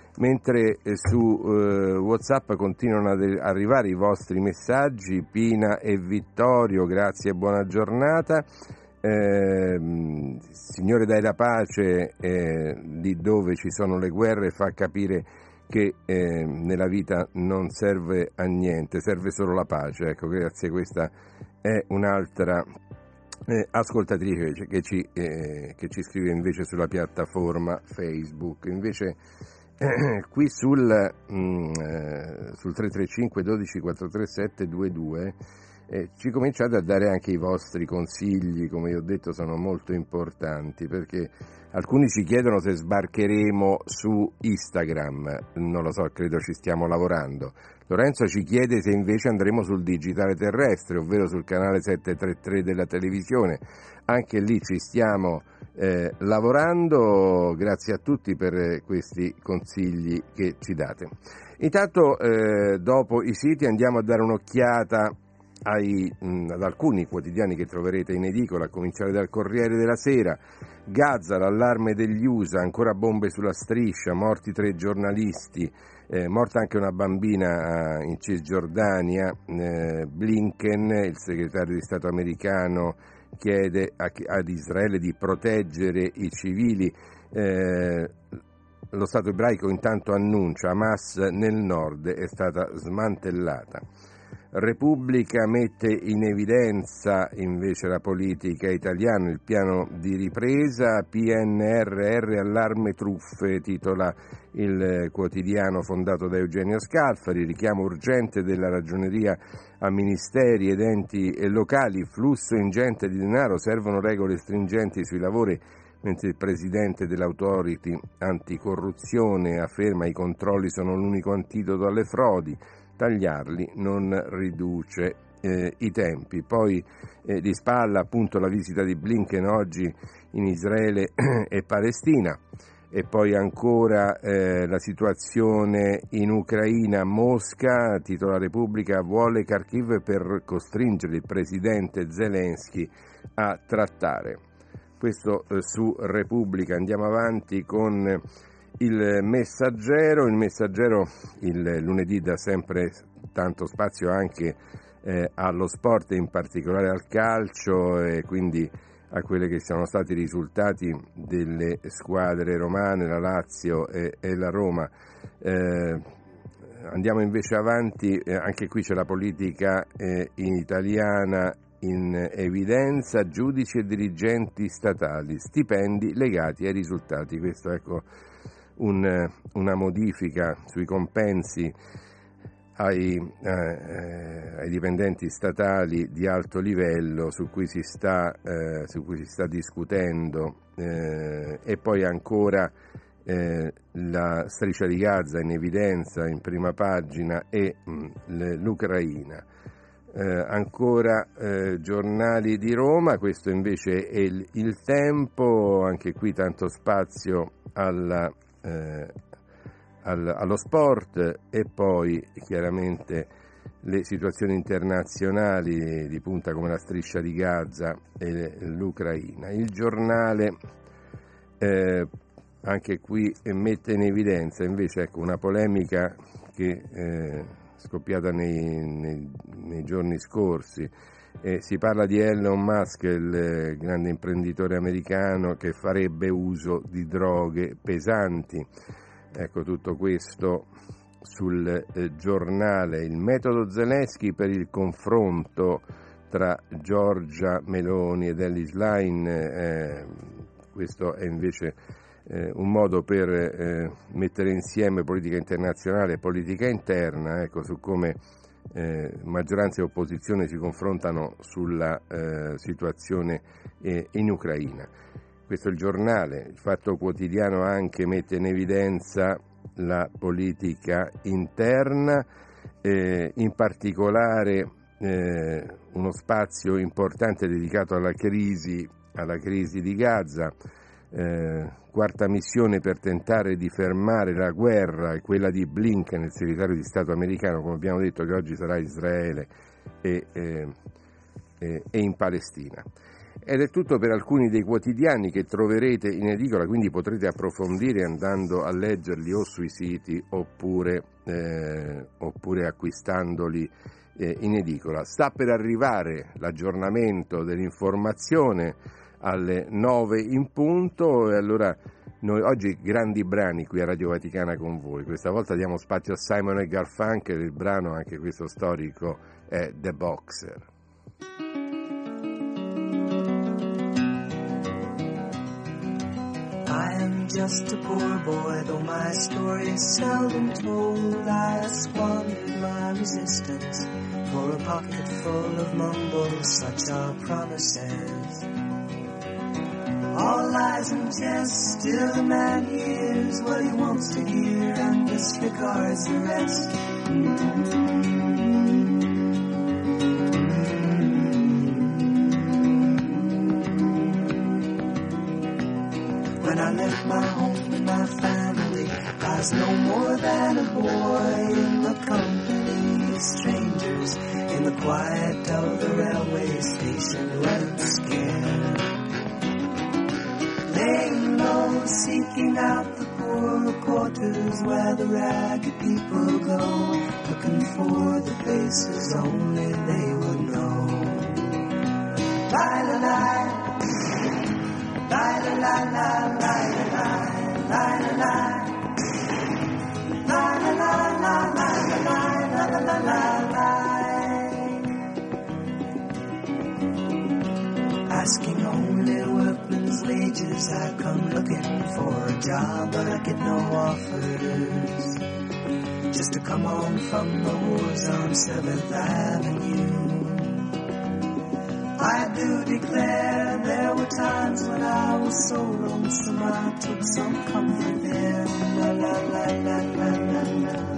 mentre su WhatsApp continuano ad arrivare i vostri messaggi. Pina e Vittorio, grazie e buona giornata. Signore dai la pace, lì dove ci sono le guerre fa capire che nella vita non serve a niente, serve solo la pace. Ecco, grazie, questa è un'altra ascoltatrice che ci scrive invece sulla piattaforma Facebook. Invece qui sul 335 12 437 22 ci cominciate a dare anche i vostri consigli, come io ho detto sono molto importanti, perché alcuni ci chiedono se sbarcheremo su Instagram, non lo so, credo ci stiamo lavorando. Lorenzo ci chiede se invece andremo sul digitale terrestre, ovvero sul canale 733 della televisione. Anche lì ci stiamo lavorando. Grazie a tutti per questi consigli che ci date. Intanto dopo i siti andiamo a dare un'occhiata ad alcuni quotidiani che troverete in edicola, a cominciare dal Corriere della Sera. Gaza, l'allarme degli USA, ancora bombe sulla striscia, morti 3 giornalisti, morta anche una bambina in Cisgiordania. Blinken, il segretario di Stato americano, chiede ad Israele di proteggere i civili. Lo Stato ebraico intanto annuncia Hamas nel nord è stata smantellata. Repubblica mette in evidenza invece la politica italiana, il piano di ripresa, PNRR allarme truffe, titola il quotidiano fondato da Eugenio Scalfari, richiamo urgente della ragioneria a ministeri ed enti locali, flusso ingente di denaro, servono regole stringenti sui lavori, mentre il presidente dell'Autority anticorruzione afferma i controlli sono l'unico antidoto alle frodi. Tagliarli non riduce i tempi. Poi di spalla appunto la visita di Blinken oggi in Israele e Palestina, e poi ancora la situazione in Ucraina. Mosca, titola Repubblica, vuole Kharkiv per costringere il presidente Zelensky a trattare. Questo su Repubblica. Andiamo avanti con il Messaggero. Il Messaggero il lunedì dà sempre tanto spazio anche allo sport, in particolare al calcio, e quindi a quelli che sono stati i risultati delle squadre romane, la Lazio e la Roma. Andiamo invece avanti, anche qui c'è la politica italiana in evidenza, giudici e dirigenti statali, stipendi legati ai risultati. Questo, ecco, una modifica sui compensi ai dipendenti statali di alto livello su cui si sta discutendo, e poi ancora la striscia di Gaza in evidenza in prima pagina e l'Ucraina. Ancora giornali di Roma, questo invece è il Tempo, anche qui tanto spazio allo sport, e poi chiaramente le situazioni internazionali di punta come la striscia di Gaza e l'Ucraina. Il Giornale anche qui mette in evidenza invece, ecco, una polemica che scoppiata nei giorni scorsi. Si parla di Elon Musk, il grande imprenditore americano che farebbe uso di droghe pesanti. Ecco, tutto questo sul Giornale. Il metodo Zelensky per il confronto tra Giorgia Meloni ed Elly Schlein, questo è invece un modo per mettere insieme politica internazionale e politica interna, ecco, su come maggioranza e opposizione si confrontano sulla situazione in Ucraina. Questo è il Giornale. Il Fatto Quotidiano anche mette in evidenza la politica interna, in particolare uno spazio importante dedicato alla crisi di Gaza. Quarta missione per tentare di fermare la guerra è quella di Blinken, il segretario di Stato americano, come abbiamo detto, che oggi sarà a Israele e in Palestina. ed è tutto per alcuni dei quotidiani che troverete in edicola, quindi potrete approfondire andando a leggerli o sui siti oppure acquistandoli in edicola. Sta per arrivare l'aggiornamento dell'informazione alle 9 in punto, e allora noi oggi grandi brani qui a Radio Vaticana con voi. Questa volta diamo spazio a Simon & Garfunkel, il brano anche questo storico è The Boxer. I am just a poor boy, though my story is seldom told. I squandered my resistance for a pocket full of mumbles, such are promises. All lies and jest, still the man hears what he wants to hear and disregards the rest. When I left my home and my family, I was no more than a boy in the company of strangers, in the quiet of the railway station, when scared. Laying low, seeking out the poor quarters where the ragged people go, looking for the faces only they would know. La-la-la, la-la-la-la, la-la-la, la-la-la, la-la-la, la-la-la, la-la-la. Asking only workmen's wages, I come looking for a job, but I get no offers. Just to come home from the wars on 7th Avenue. I do declare there were times when I was so lonesome I took some comfort there. La la la la la la la.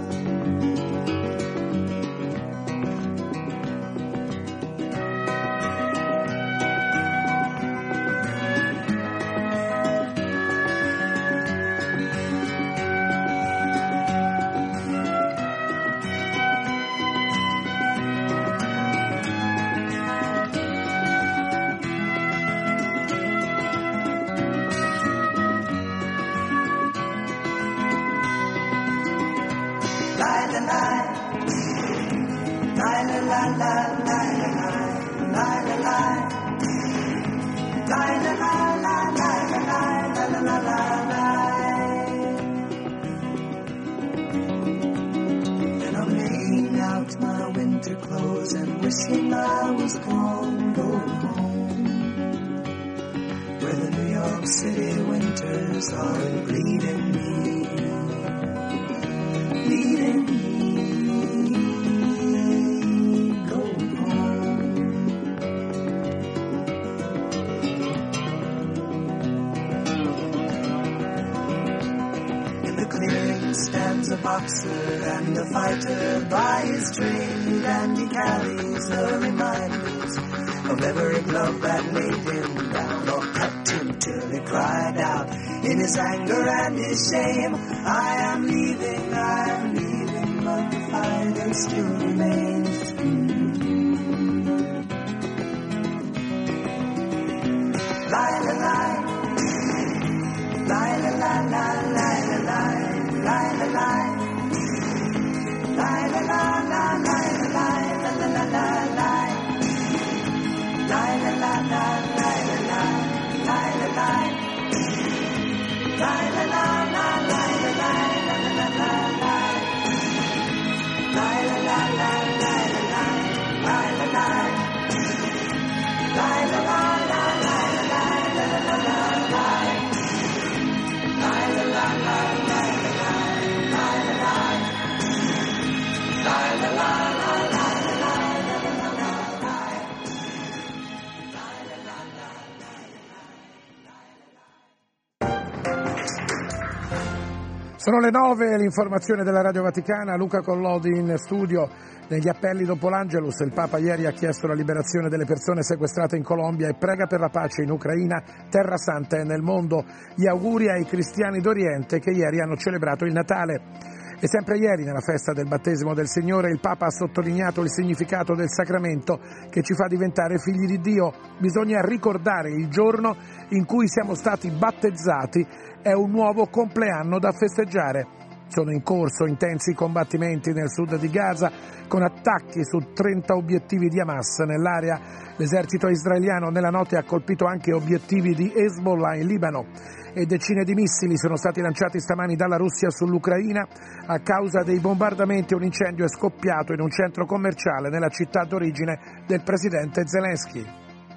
And a fighter by his trade, and he carries the reminders of every glove that laid him down or cut him till he cried out in his anger and his shame, I am leaving, but the fighter still remains. La la la, la la la la la la la la la. La la la la la la la la la la la. La la la la la la la la la la. La la la la la la la la la la. La la la la la la la la la. La la la la la la la la la. La la la la la la la la. Sono le 9, l'informazione della Radio Vaticana, Luca Collodi in studio. Negli appelli dopo l'Angelus, il Papa ieri ha chiesto la liberazione delle persone sequestrate in Colombia e prega per la pace in Ucraina, terra santa e nel mondo. Gli auguri ai cristiani d'Oriente che ieri hanno celebrato il Natale. E sempre ieri, nella festa del battesimo del Signore, il Papa ha sottolineato il significato del sacramento che ci fa diventare figli di Dio. Bisogna ricordare il giorno in cui siamo stati battezzati, è un nuovo compleanno da festeggiare. Sono in corso intensi combattimenti nel sud di Gaza, con attacchi su 30 obiettivi di Hamas nell'area. L'esercito israeliano nella notte ha colpito anche obiettivi di Hezbollah in Libano. E decine di missili sono stati lanciati stamani dalla Russia sull'Ucraina. A causa dei bombardamenti un incendio è scoppiato in un centro commerciale nella città d'origine del presidente Zelensky.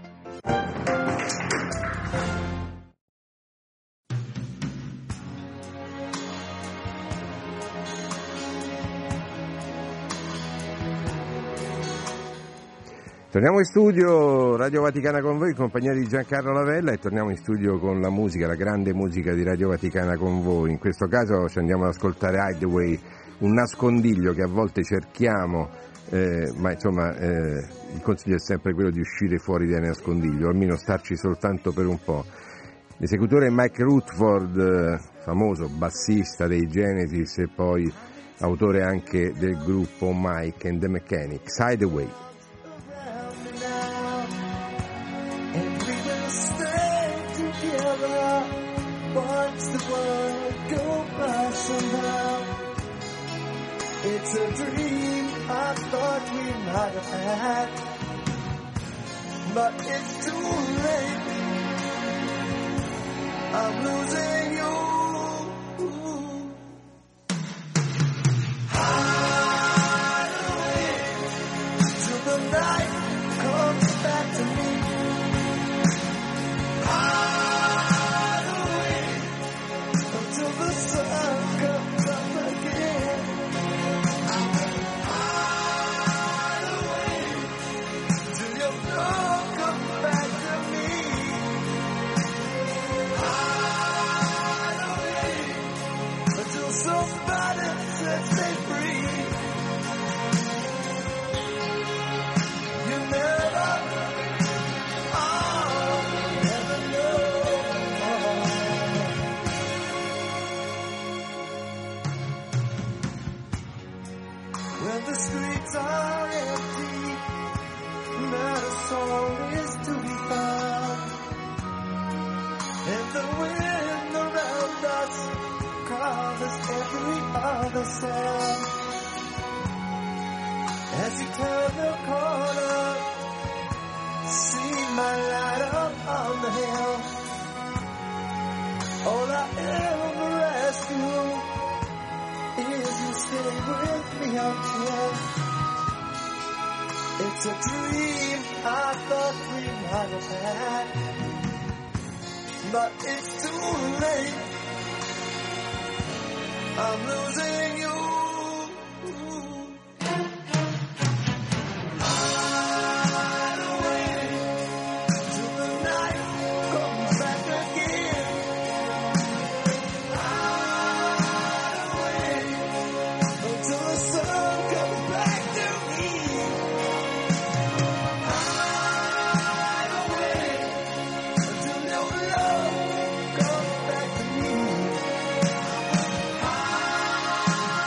Torniamo in studio, Radio Vaticana con voi, in compagnia di Giancarlo Lavella, e torniamo in studio con la musica, la grande musica di Radio Vaticana con voi. In questo caso ci andiamo ad ascoltare Hideaway, un nascondiglio che a volte cerchiamo, ma insomma il consiglio è sempre quello di uscire fuori dal nascondiglio, o almeno starci soltanto per un po'. L'esecutore è Mike Rutherford, famoso bassista dei Genesis e poi autore anche del gruppo Mike and the Mechanics. Hideaway. It's a dream I thought we might have had, but it's too late. I'm losing you. Hide away till the night comes back to me. Hide away until the sun comes up again. Somebody sets me free. You never, never know. When the streets are empty, not a soul is to be found, and the wind around us covers every other sound. As you turn the corner, see my light up on the hill. All I ever ask you is you stay with me until it's a dream I thought we might have had, but it's too late. I'm losing you. Hide away till the night comes back again. Hide away until the sun comes back to me. Hide away until your love comes back to me.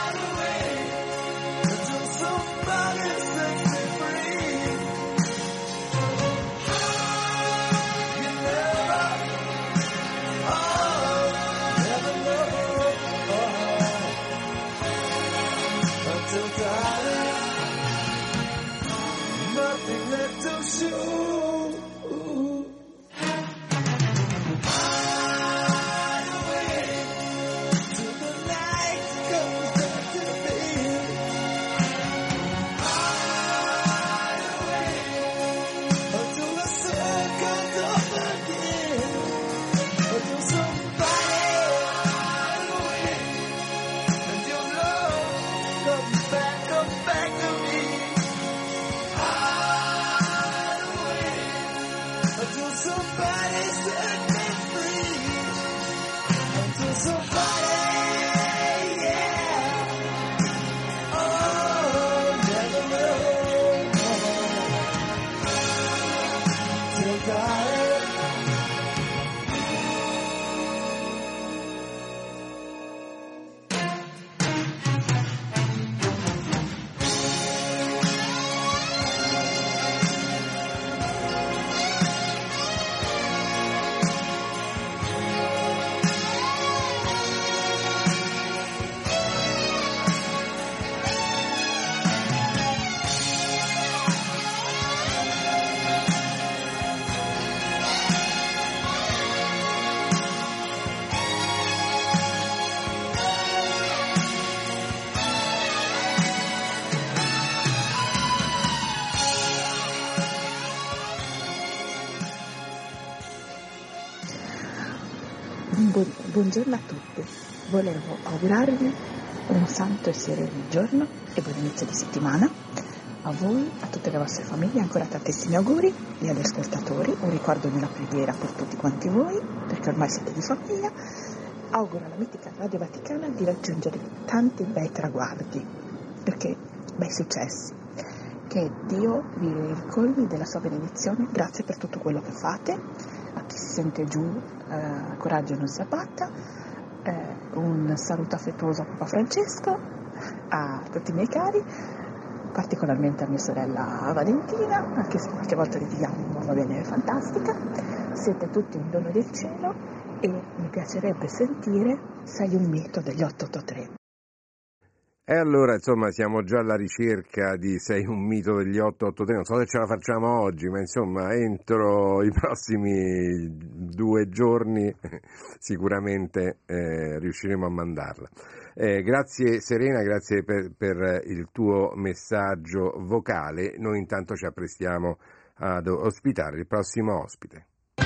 Buongiorno a tutti, volevo augurarvi un santo e sereno giorno e buon inizio di settimana. A voi, a tutte le vostre famiglie, ancora tantissimi auguri e agli ascoltatori, un ricordo di una preghiera per tutti quanti voi, perché ormai siete di famiglia. Auguro alla mitica Radio Vaticana di raggiungere tanti bei traguardi, perché bei successi. Che Dio vi ricolmi della sua benedizione, grazie per tutto quello che fate. A chi si sente giù, coraggio non si abbatta. Un saluto affettuoso a Papa Francesco, a tutti i miei cari, particolarmente a mia sorella Valentina, anche se qualche volta litighiamo, ma va bene, è fantastica. Siete tutti un dono del cielo e mi piacerebbe sentire Sei un mito degli 883. E allora, insomma, siamo già alla ricerca di Sei un mito degli 883, non so se ce la facciamo oggi, ma insomma, entro i prossimi 2 giorni sicuramente riusciremo a mandarla. Grazie Serena, grazie per il tuo messaggio vocale. Noi intanto ci apprestiamo ad ospitare il prossimo ospite.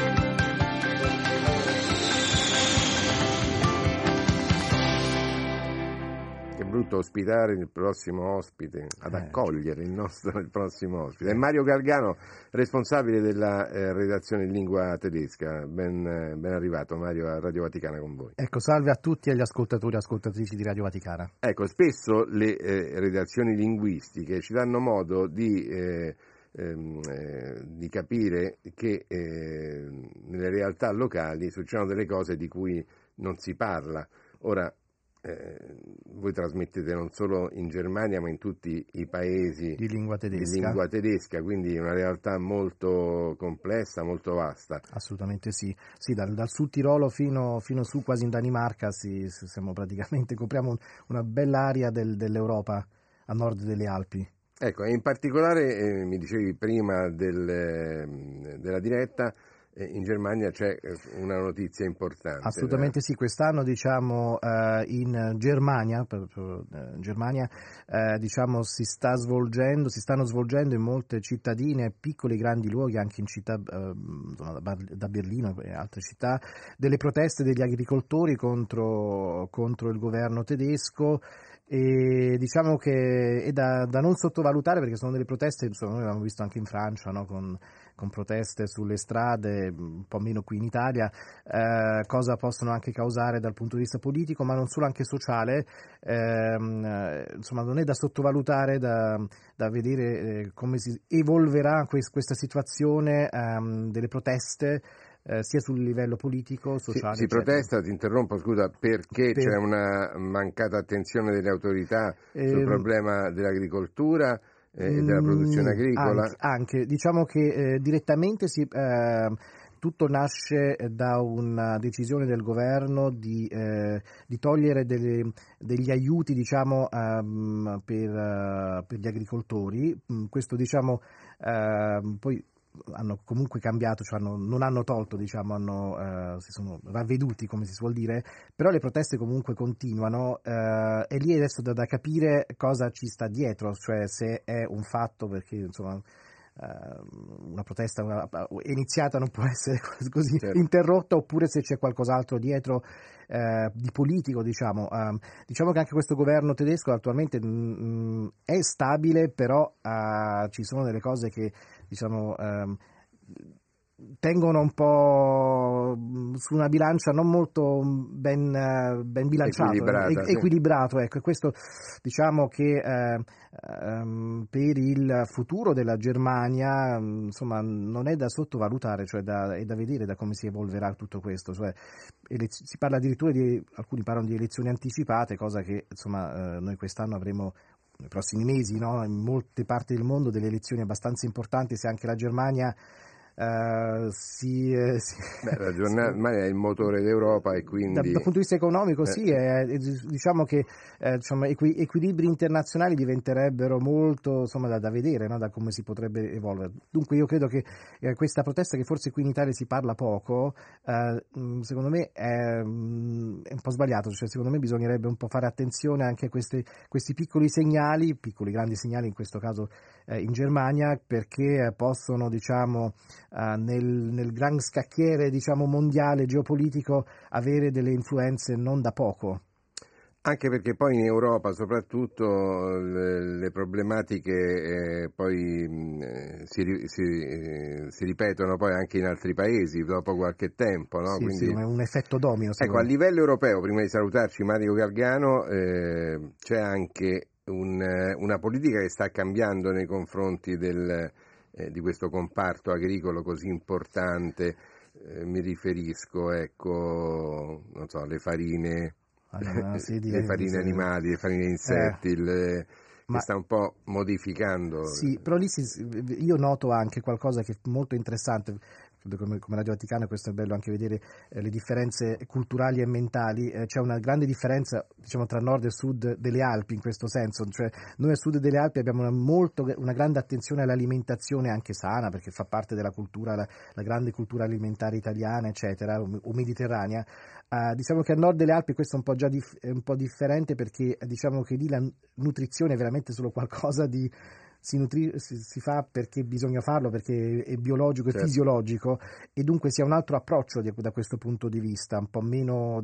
Che brutto ospitare il prossimo ospite, ad accogliere il prossimo ospite. È Mario Gargano, responsabile della redazione in lingua tedesca. Ben arrivato Mario a Radio Vaticana con voi. Ecco, salve a tutti e agli ascoltatori e ascoltatrici di Radio Vaticana. Ecco, spesso le redazioni linguistiche ci danno modo di capire che nelle realtà locali succedono delle cose di cui non si parla. Ora, voi trasmettete non solo in Germania ma in tutti i paesi di lingua tedesca, quindi una realtà molto complessa, molto vasta. Assolutamente sì, dal Sud Tirolo fino su quasi in Danimarca siamo praticamente, copriamo una bella area dell'Europa a nord delle Alpi. Ecco, e in particolare mi dicevi prima della diretta, in Germania c'è una notizia importante. Assolutamente sì, quest'anno in Germania, si stanno svolgendo in molte cittadine, piccoli e grandi luoghi, anche in città da Berlino e altre città, delle proteste degli agricoltori contro il governo tedesco. E diciamo che è da non sottovalutare, perché sono delle proteste, insomma, noi abbiamo visto anche in Francia, no? con proteste sulle strade, un po' meno qui in Italia, cosa possono anche causare dal punto di vista politico, ma non solo, anche sociale. Insomma, non è da sottovalutare, da vedere come si evolverà questa situazione delle proteste, sia sul livello politico, sociale. Si protesta, ti interrompo, scusa, perché c'è una mancata attenzione delle autorità sul problema dell'agricoltura e della produzione agricola? Anche diciamo che direttamente tutto nasce da una decisione del governo di togliere degli aiuti, diciamo, per gli agricoltori. Questo, diciamo, poi hanno comunque cambiato, cioè non hanno tolto, diciamo, si sono ravveduti, come si suol dire, però le proteste comunque continuano, e lì adesso da capire cosa ci sta dietro, cioè se è un fatto, perché insomma una protesta è iniziata, non può essere così interrotta, oppure se c'è qualcos'altro dietro di politico, diciamo. Diciamo che anche questo governo tedesco attualmente è stabile, però ci sono delle cose che, diciamo, tengono un po' su una bilancia non molto ben bilanciata, equilibrato, ecco. E questo, diciamo che per il futuro della Germania, insomma, non è da sottovalutare, cioè è da vedere da come si evolverà tutto questo, cioè si parla addirittura alcuni parlano di elezioni anticipate, cosa che, insomma, noi quest'anno avremo nei prossimi mesi, no? In molte parti del mondo delle elezioni abbastanza importanti, se anche la Germania la Germania è il motore d'Europa e quindi dal punto di vista economico diciamo che equilibri internazionali diventerebbero molto, insomma, da vedere, no? Da come si potrebbe evolvere. Dunque io credo che questa protesta, che forse qui in Italia si parla poco, secondo me è un po' sbagliato, cioè secondo me bisognerebbe un po' fare attenzione anche a questi piccoli segnali, piccoli grandi segnali in questo caso in Germania, perché possono nel gran scacchiere mondiale geopolitico avere delle influenze non da poco. Anche perché poi in Europa soprattutto le problematiche poi si ripetono poi anche in altri paesi dopo qualche tempo, no? Sì, quindi sì, è un effetto domino. Ecco, a livello europeo, prima di salutarci Mario Galgano, c'è anche una politica che sta cambiando nei confronti di questo comparto agricolo così importante, mi riferisco, ecco, non so, le farine. Le farine animali, le farine insetti, che sta un po' modificando. Sì, però lì io noto anche qualcosa che è molto interessante, come Radio Vaticana, questo è bello anche vedere le differenze culturali e mentali. C'è una grande differenza tra nord e sud delle Alpi in questo senso, cioè noi a sud delle Alpi abbiamo una grande attenzione all'alimentazione anche sana, perché fa parte della cultura, la grande cultura alimentare italiana, eccetera, o mediterranea. Diciamo che a nord delle Alpi questo è un po' già è un po' differente, perché diciamo che lì la nutrizione è veramente solo qualcosa di si fa perché bisogna farlo, perché è biologico e fisiologico, e dunque si ha un altro approccio da questo punto di vista, un po' meno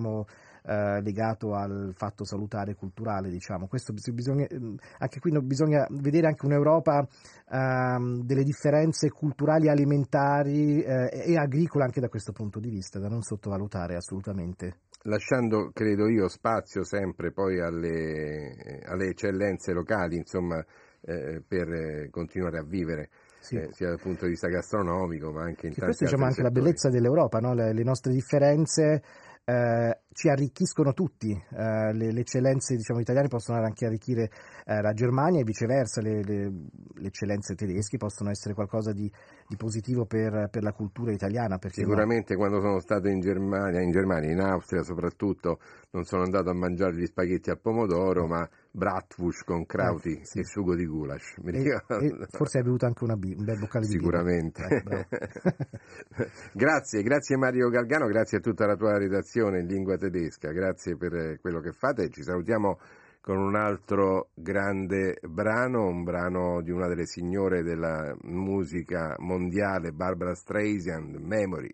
legato al fatto salutare e culturale, questo anche qui bisogna vedere anche un'Europa delle differenze culturali, alimentari e agricole anche da questo punto di vista, da non sottovalutare assolutamente. Lasciando, credo io, spazio sempre poi alle eccellenze locali, insomma, per continuare a vivere, sia dal punto di vista gastronomico ma anche in tanti altri questo anche settori. La bellezza dell'Europa, no? Le nostre differenze ci arricchiscono tutti, le eccellenze italiane possono anche arricchire la Germania e viceversa, le eccellenze tedesche possono essere qualcosa di positivo per la cultura italiana. Sicuramente quando sono stato in Germania, in Austria soprattutto, non sono andato a mangiare gli spaghetti al pomodoro, ma Bratwurst con krauti e sugo di goulash. E forse hai bevuto anche un bel boccale di sicuramente. Grazie Mario Galgano, grazie a tutta la tua redazione in lingua tedesca, grazie per quello che fate. Ci salutiamo con un altro grande brano, un brano di una delle signore della musica mondiale, Barbra Streisand, Memory.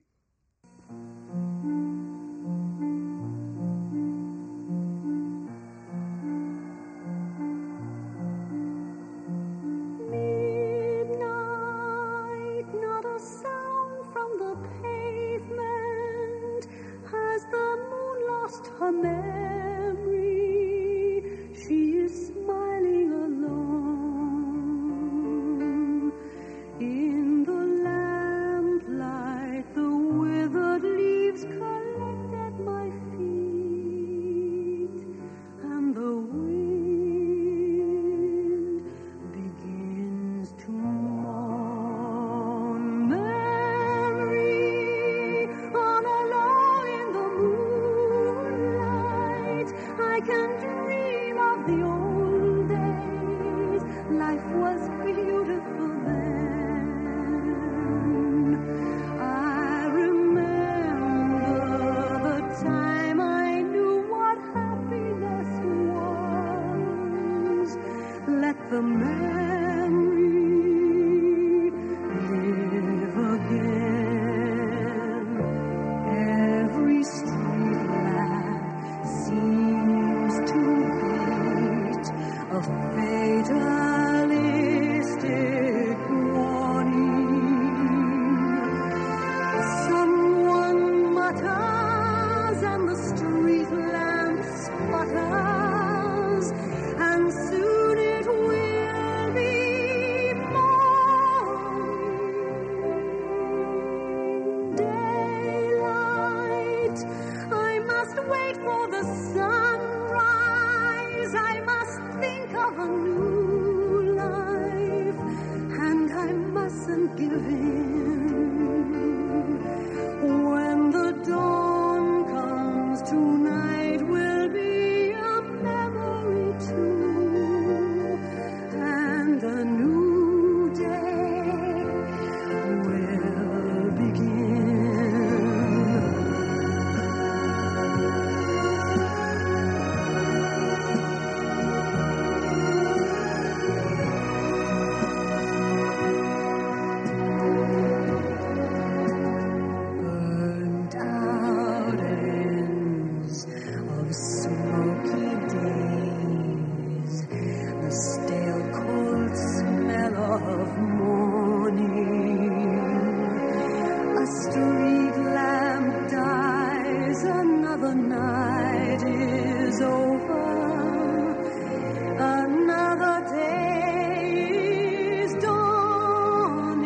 the night is over, another day is dawning.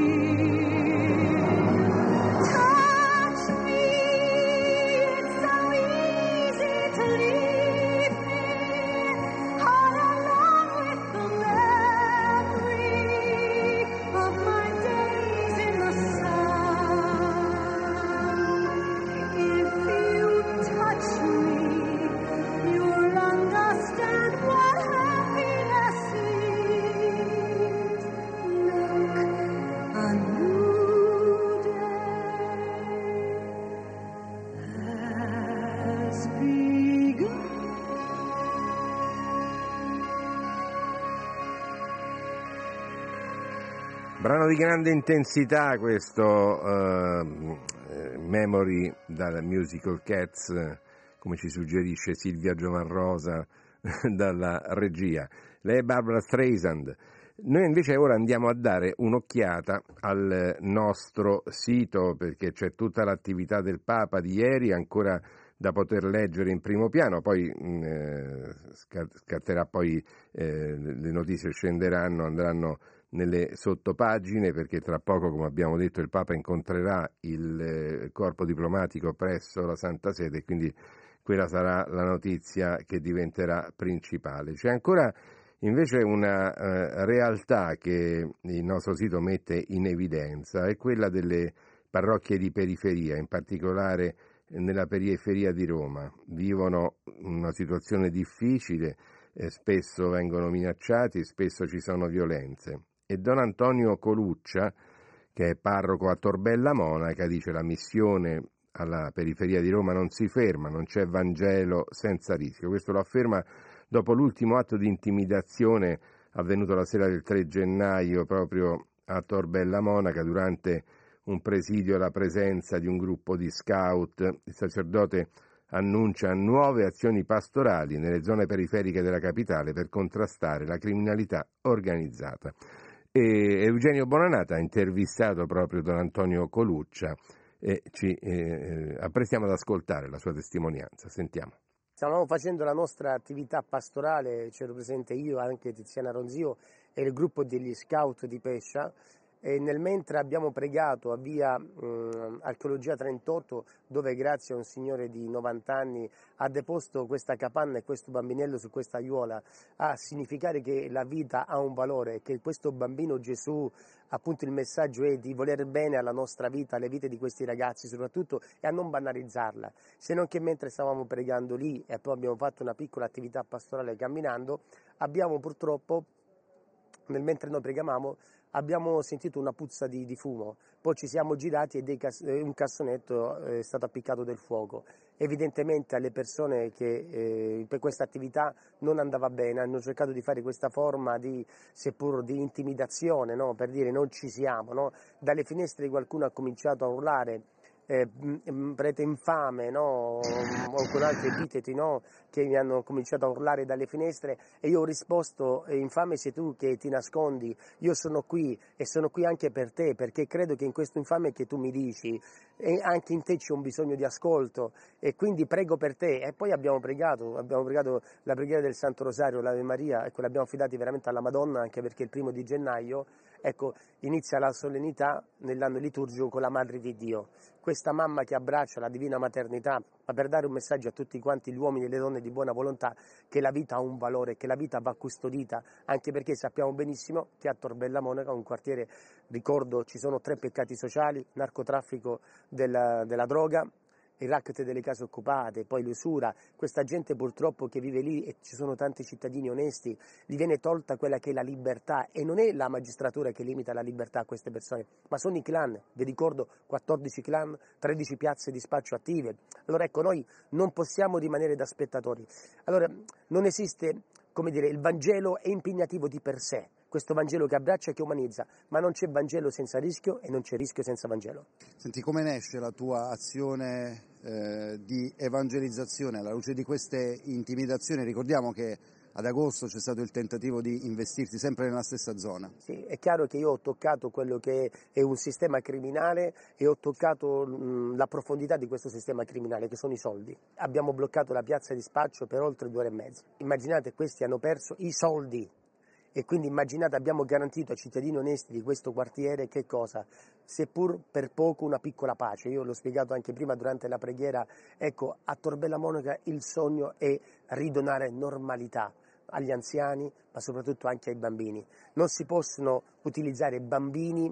Touch me, it's so easy to leave me all alone with the memory of my days in the sun. If you touch me, you'll understand what happiness is. Look, a new day has begun. Brano di grande intensità questo, Memory dal musical Cats, come ci suggerisce Silvia Giovanrosa dalla regia. Lei è Barbara Streisand. Noi invece ora andiamo a dare un'occhiata al nostro sito, perché c'è tutta l'attività del Papa di ieri ancora da poter leggere in primo piano, poi scatterà poi le notizie scenderanno, andranno nelle sottopagine, perché tra poco, come abbiamo detto, il Papa incontrerà il corpo diplomatico presso la Santa Sede, quindi quella sarà la notizia che diventerà principale. C'è ancora invece una realtà che il nostro sito mette in evidenza, è quella delle parrocchie di periferia, in particolare nella periferia di Roma. Vivono una situazione difficile, spesso vengono minacciati, spesso ci sono violenze. E Don Antonio Coluccia, che è parroco a Torbella Monaca, dice: la missione alla periferia di Roma non si ferma, non c'è Vangelo senza rischio. Questo lo afferma dopo l'ultimo atto di intimidazione avvenuto la sera del 3 gennaio proprio a Torbella Monaca, durante un presidio alla presenza di un gruppo di scout. Il sacerdote annuncia nuove azioni pastorali nelle zone periferiche della capitale per contrastare la criminalità organizzata. E Eugenio Bonanata ha intervistato proprio Don Antonio Coluccia e ci apprestiamo ad ascoltare la sua testimonianza. Sentiamo. Stavamo facendo la nostra attività pastorale, c'ero presente io, anche Tiziana Ronzio e il gruppo degli scout di Pescia, e nel mentre abbiamo pregato a via Archeologia 38, dove grazie a un signore di 90 anni ha deposto questa capanna e questo bambinello su questa aiuola, a significare che la vita ha un valore, che questo bambino Gesù, appunto il messaggio è di voler bene alla nostra vita, alle vite di questi ragazzi soprattutto, e a non banalizzarla. Se non che mentre stavamo pregando lì e poi abbiamo fatto una piccola attività pastorale camminando, abbiamo purtroppo, nel mentre noi pregavamo, abbiamo sentito una puzza di fumo, poi ci siamo girati e un cassonetto è stato appiccato del fuoco. Evidentemente alle persone che per questa attività non andava bene, hanno cercato di fare questa forma di, seppur di intimidazione, no? Per dire non ci siamo, no? Dalle finestre qualcuno ha cominciato a urlare prete infame, no? O con altri epiteti, no? Che mi hanno cominciato a urlare dalle finestre, e io ho risposto: infame sei tu che ti nascondi, io sono qui e sono qui anche per te, perché credo che in questo infame che tu mi dici anche in te c'è un bisogno di ascolto, e quindi prego per te. E poi abbiamo pregato la preghiera del Santo Rosario, l'Ave Maria, ecco, l'abbiamo affidati veramente alla Madonna, anche perché il 1 gennaio, ecco, inizia la solennità nell'anno liturgico con la Madre di Dio, questa mamma che abbraccia la divina maternità, ma per dare un messaggio a tutti quanti gli uomini e le donne di buona volontà, che la vita ha un valore, che la vita va custodita, anche perché sappiamo benissimo che a Torbella Monaca, un quartiere, ricordo, ci sono 3 peccati sociali: narcotraffico della droga, il racket delle case occupate, poi l'usura. Questa gente purtroppo che vive lì, e ci sono tanti cittadini onesti, gli viene tolta quella che è la libertà, e non è la magistratura che limita la libertà a queste persone, ma sono i clan. Vi ricordo 14 clan, 13 piazze di spaccio attive. Allora ecco, noi non possiamo rimanere da spettatori. Allora non esiste, come dire, il Vangelo è impegnativo di per sé, questo Vangelo che abbraccia e che umanizza, ma non c'è Vangelo senza rischio e non c'è rischio senza Vangelo. Senti, come nasce la tua azione di evangelizzazione alla luce di queste intimidazioni? Ricordiamo che ad agosto c'è stato il tentativo di investirsi sempre nella stessa zona. Sì, è chiaro che io ho toccato quello che è un sistema criminale e ho toccato la profondità di questo sistema criminale, che sono i soldi. Abbiamo bloccato la piazza di spaccio per oltre 2 ore e mezzo. Immaginate, questi hanno perso i soldi. E quindi immaginate, abbiamo garantito ai cittadini onesti di questo quartiere che cosa? Seppur per poco una piccola pace. Io l'ho spiegato anche prima durante la preghiera, ecco, a Tor Bella Monaca il sogno è ridonare normalità agli anziani, ma soprattutto anche ai bambini. Non si possono utilizzare bambini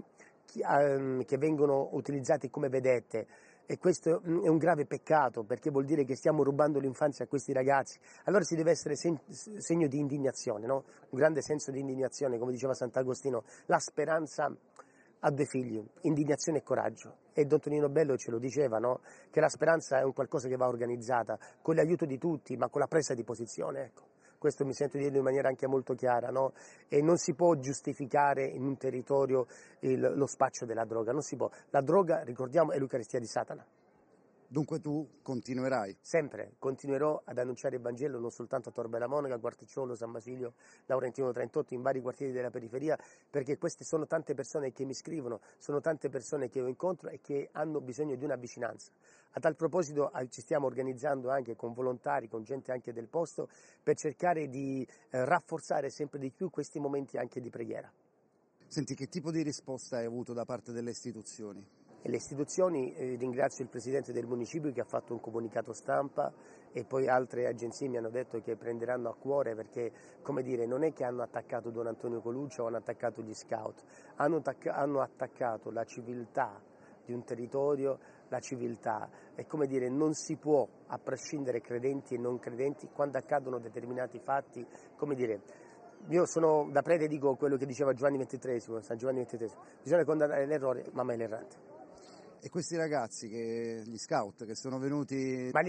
che vengono utilizzati come vedette. E questo è un grave peccato, perché vuol dire che stiamo rubando l'infanzia a questi ragazzi. Allora si deve essere segno di indignazione, no? Un grande senso di indignazione, come diceva Sant'Agostino. La speranza ha 2 figli, indignazione e coraggio. E Don Tonino Bello ce lo diceva, no? Che la speranza è un qualcosa che va organizzata con l'aiuto di tutti, ma con la presa di posizione, ecco. Questo mi sento di dirlo in maniera anche molto chiara, no? E non si può giustificare in un territorio lo spaccio della droga, non si può. La droga, ricordiamo, è l'Eucaristia di Satana. Dunque tu continuerai? Sempre, continuerò ad annunciare il Vangelo non soltanto a Tor Bella Monaca, Quarticciolo, San Basilio, Laurentino 38, in vari quartieri della periferia, perché queste sono tante persone che mi scrivono, sono tante persone che io incontro e che hanno bisogno di una vicinanza. A tal proposito ci stiamo organizzando anche con volontari, con gente anche del posto, per cercare di rafforzare sempre di più questi momenti anche di preghiera. Senti, che tipo di risposta hai avuto da parte delle istituzioni? E le istituzioni, ringrazio il Presidente del Municipio che ha fatto un comunicato stampa e poi altre agenzie mi hanno detto che prenderanno a cuore, perché, come dire, non è che hanno attaccato Don Antonio Coluccia o hanno attaccato gli scout, hanno attaccato la civiltà di un territorio, la civiltà, e come dire, non si può, a prescindere credenti e non credenti, quando accadono determinati fatti, come dire, io sono da prete, dico quello che diceva Giovanni XXIII, San Giovanni XXIII, bisogna condannare l'errore ma mai l'errante. E questi ragazzi, gli scout, che sono venuti... Ma gli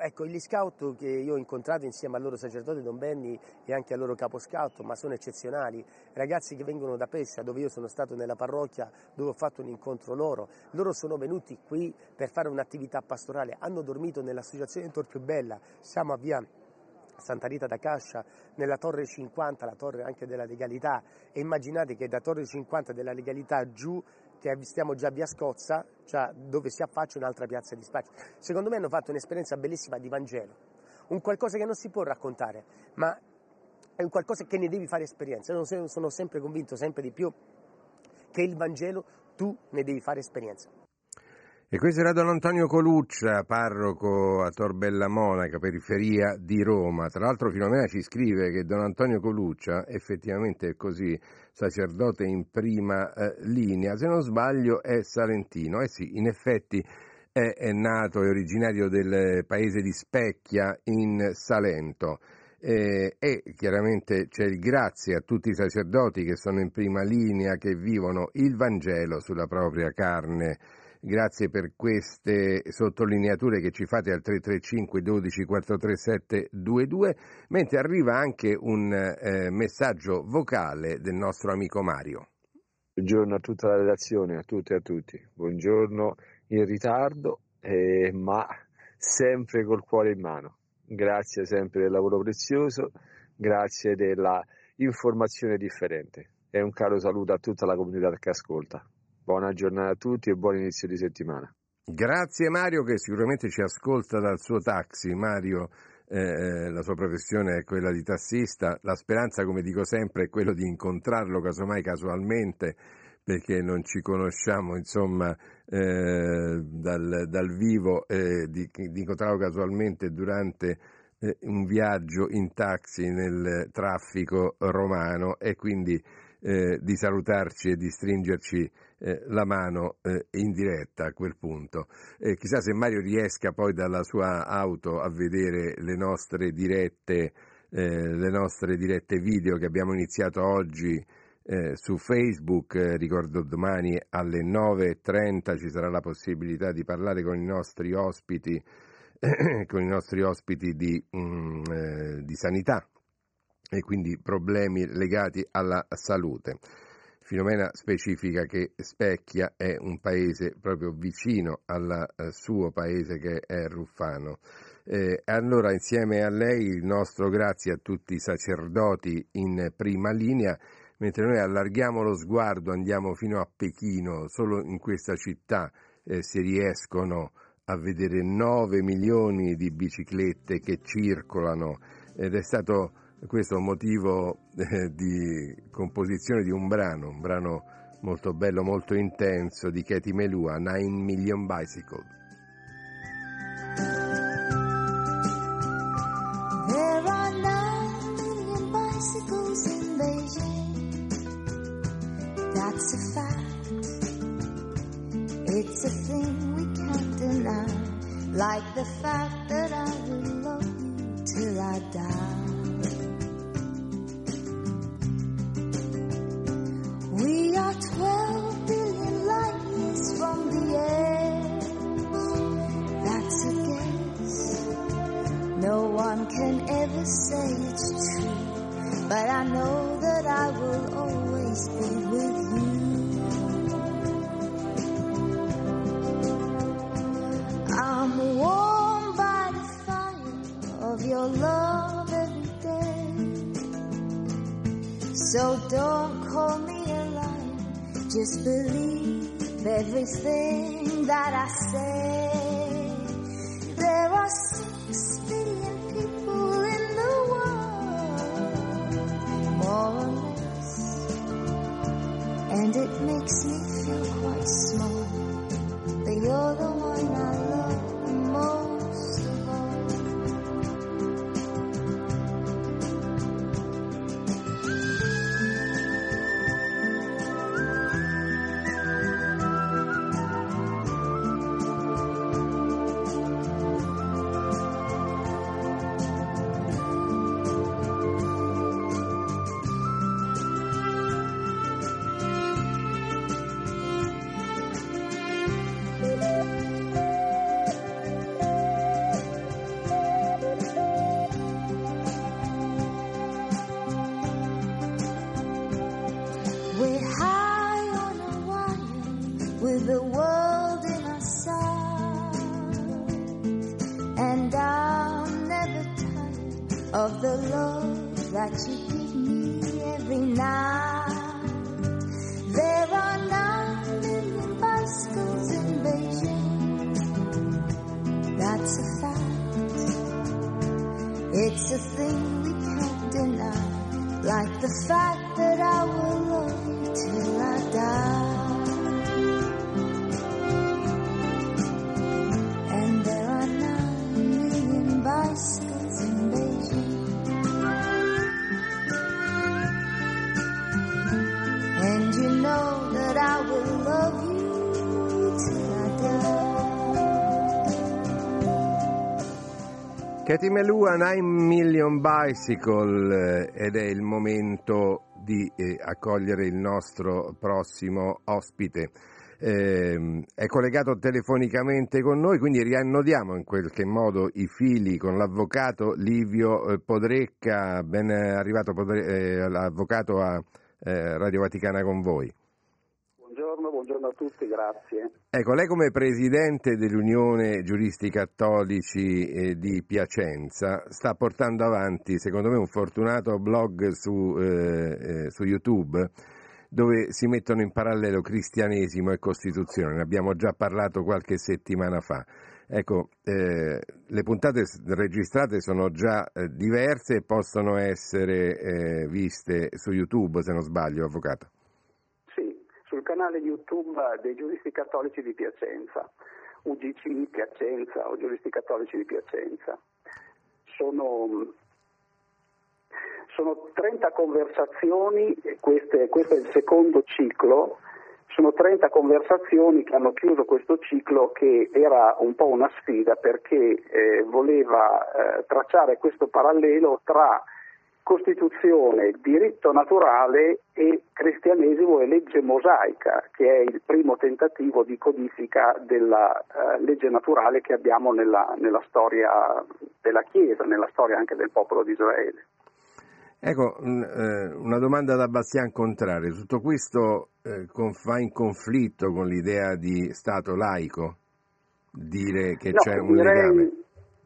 scout che io ho incontrato insieme al loro sacerdote Don Benni e anche al loro capo scout, ma sono eccezionali, ragazzi che vengono da Pescia, dove io sono stato nella parrocchia, dove ho fatto un incontro loro sono venuti qui per fare un'attività pastorale, hanno dormito nell'associazione Tor più bella, siamo a via Santa Rita da Cascia, nella torre 50, la torre anche della legalità, e immaginate che da torre 50 della legalità giù, che stiamo già a via Scozza, cioè dove si affaccia un'altra piazza di spaccio. Secondo me hanno fatto un'esperienza bellissima di Vangelo, un qualcosa che non si può raccontare, ma è un qualcosa che ne devi fare esperienza. Io sono sempre convinto, sempre di più, che il Vangelo tu ne devi fare esperienza. E questo era Don Antonio Coluccia, parroco a Tor Bella Monaca, periferia di Roma. Tra l'altro Filomena ci scrive che Don Antonio Coluccia, effettivamente è così, sacerdote in prima linea, se non sbaglio è salentino. Eh sì, in effetti è nato, è originario del paese di Specchia in Salento. E chiaramente c'è il grazie a tutti i sacerdoti che sono in prima linea, che vivono il Vangelo sulla propria carne. Grazie per queste sottolineature che ci fate al 335 12 437 22, mentre arriva anche un messaggio vocale del nostro amico Mario. Buongiorno a tutta la redazione, a tutte e a tutti. Buongiorno in ritardo, ma sempre col cuore in mano. Grazie sempre del lavoro prezioso, grazie della informazione differente e un caro saluto a tutta la comunità che ascolta. Buona giornata a tutti e buon inizio di settimana. Grazie Mario, che sicuramente ci ascolta dal suo taxi. Mario, la sua professione è quella di tassista, la speranza, come dico sempre, è quello di incontrarlo casomai casualmente, perché non ci conosciamo insomma dal vivo, di incontrarlo casualmente durante un viaggio in taxi nel traffico romano, e quindi di salutarci e di stringerci la mano in diretta a quel punto. Chissà se Mario riesca poi dalla sua auto a vedere le nostre dirette video che abbiamo iniziato oggi su Facebook. Ricordo domani alle 9:30 ci sarà la possibilità di parlare con i nostri ospiti di sanità e quindi problemi legati alla salute. Filomena specifica che Specchia è un paese proprio vicino al suo paese, che è Ruffano. Allora insieme a lei il nostro grazie a tutti i sacerdoti in prima linea, mentre noi allarghiamo lo sguardo, andiamo fino a Pechino. Solo in questa città si riescono a vedere 9 milioni di biciclette che circolano, ed è stato questo motivo di composizione di un brano molto bello, molto intenso di Katie Melua, 9 Million Bicycle. There are 9 million bicycles in Beijing. That's a fact. It's a thing we can't deny. Like the fact that I will love you till I die. We are 12 billion light years from the edge. That's a guess. No one can ever say it's true, but I know that I will always be with you. I'm warmed by the fire of your love every day. So don't call me a liar, just believe everything that I say. There are 6 billion people in the world, more or less, and it makes me feel quite small, but you're the one I love the most of all. We're high on a wire with the world in our sight, and I'm never tired of the love that you give me every night. There are 9 million bicycles in Beijing. That's a fact. It's a thing we can't deny. Like the fact that I will love you till I die. And there are 9 million bicycles in Beijing. And you know that I will love you till I die. Katie Melua, 9 Million Bicycle, ed è il momento di accogliere il nostro prossimo ospite. È collegato telefonicamente con noi, quindi riannodiamo in qualche modo i fili con l'avvocato Livio Podrecca. Ben arrivato l'avvocato a Radio Vaticana con voi. Buongiorno a tutti, grazie. Ecco, lei come presidente dell'Unione Giuristi Cattolici di Piacenza sta portando avanti, secondo me, un fortunato blog su YouTube dove si mettono in parallelo cristianesimo e Costituzione. Ne abbiamo già parlato qualche settimana fa. Ecco, le puntate registrate sono già diverse e possono essere viste su YouTube, se non sbaglio, avvocato. Sul canale YouTube dei Giuristi Cattolici di Piacenza, UGC Piacenza o Giuristi Cattolici di Piacenza. Sono 30 conversazioni, questo è il secondo ciclo, sono 30 conversazioni che hanno chiuso questo ciclo, che era un po' una sfida perché voleva tracciare questo parallelo tra Costituzione, diritto naturale e cristianesimo e legge mosaica, che è il primo tentativo di codifica della legge naturale che abbiamo nella storia della Chiesa, nella storia anche del popolo di Israele. Ecco, una domanda da Bastian Contrario. Tutto questo va in conflitto con l'idea di Stato laico? Dire che c'è un legame?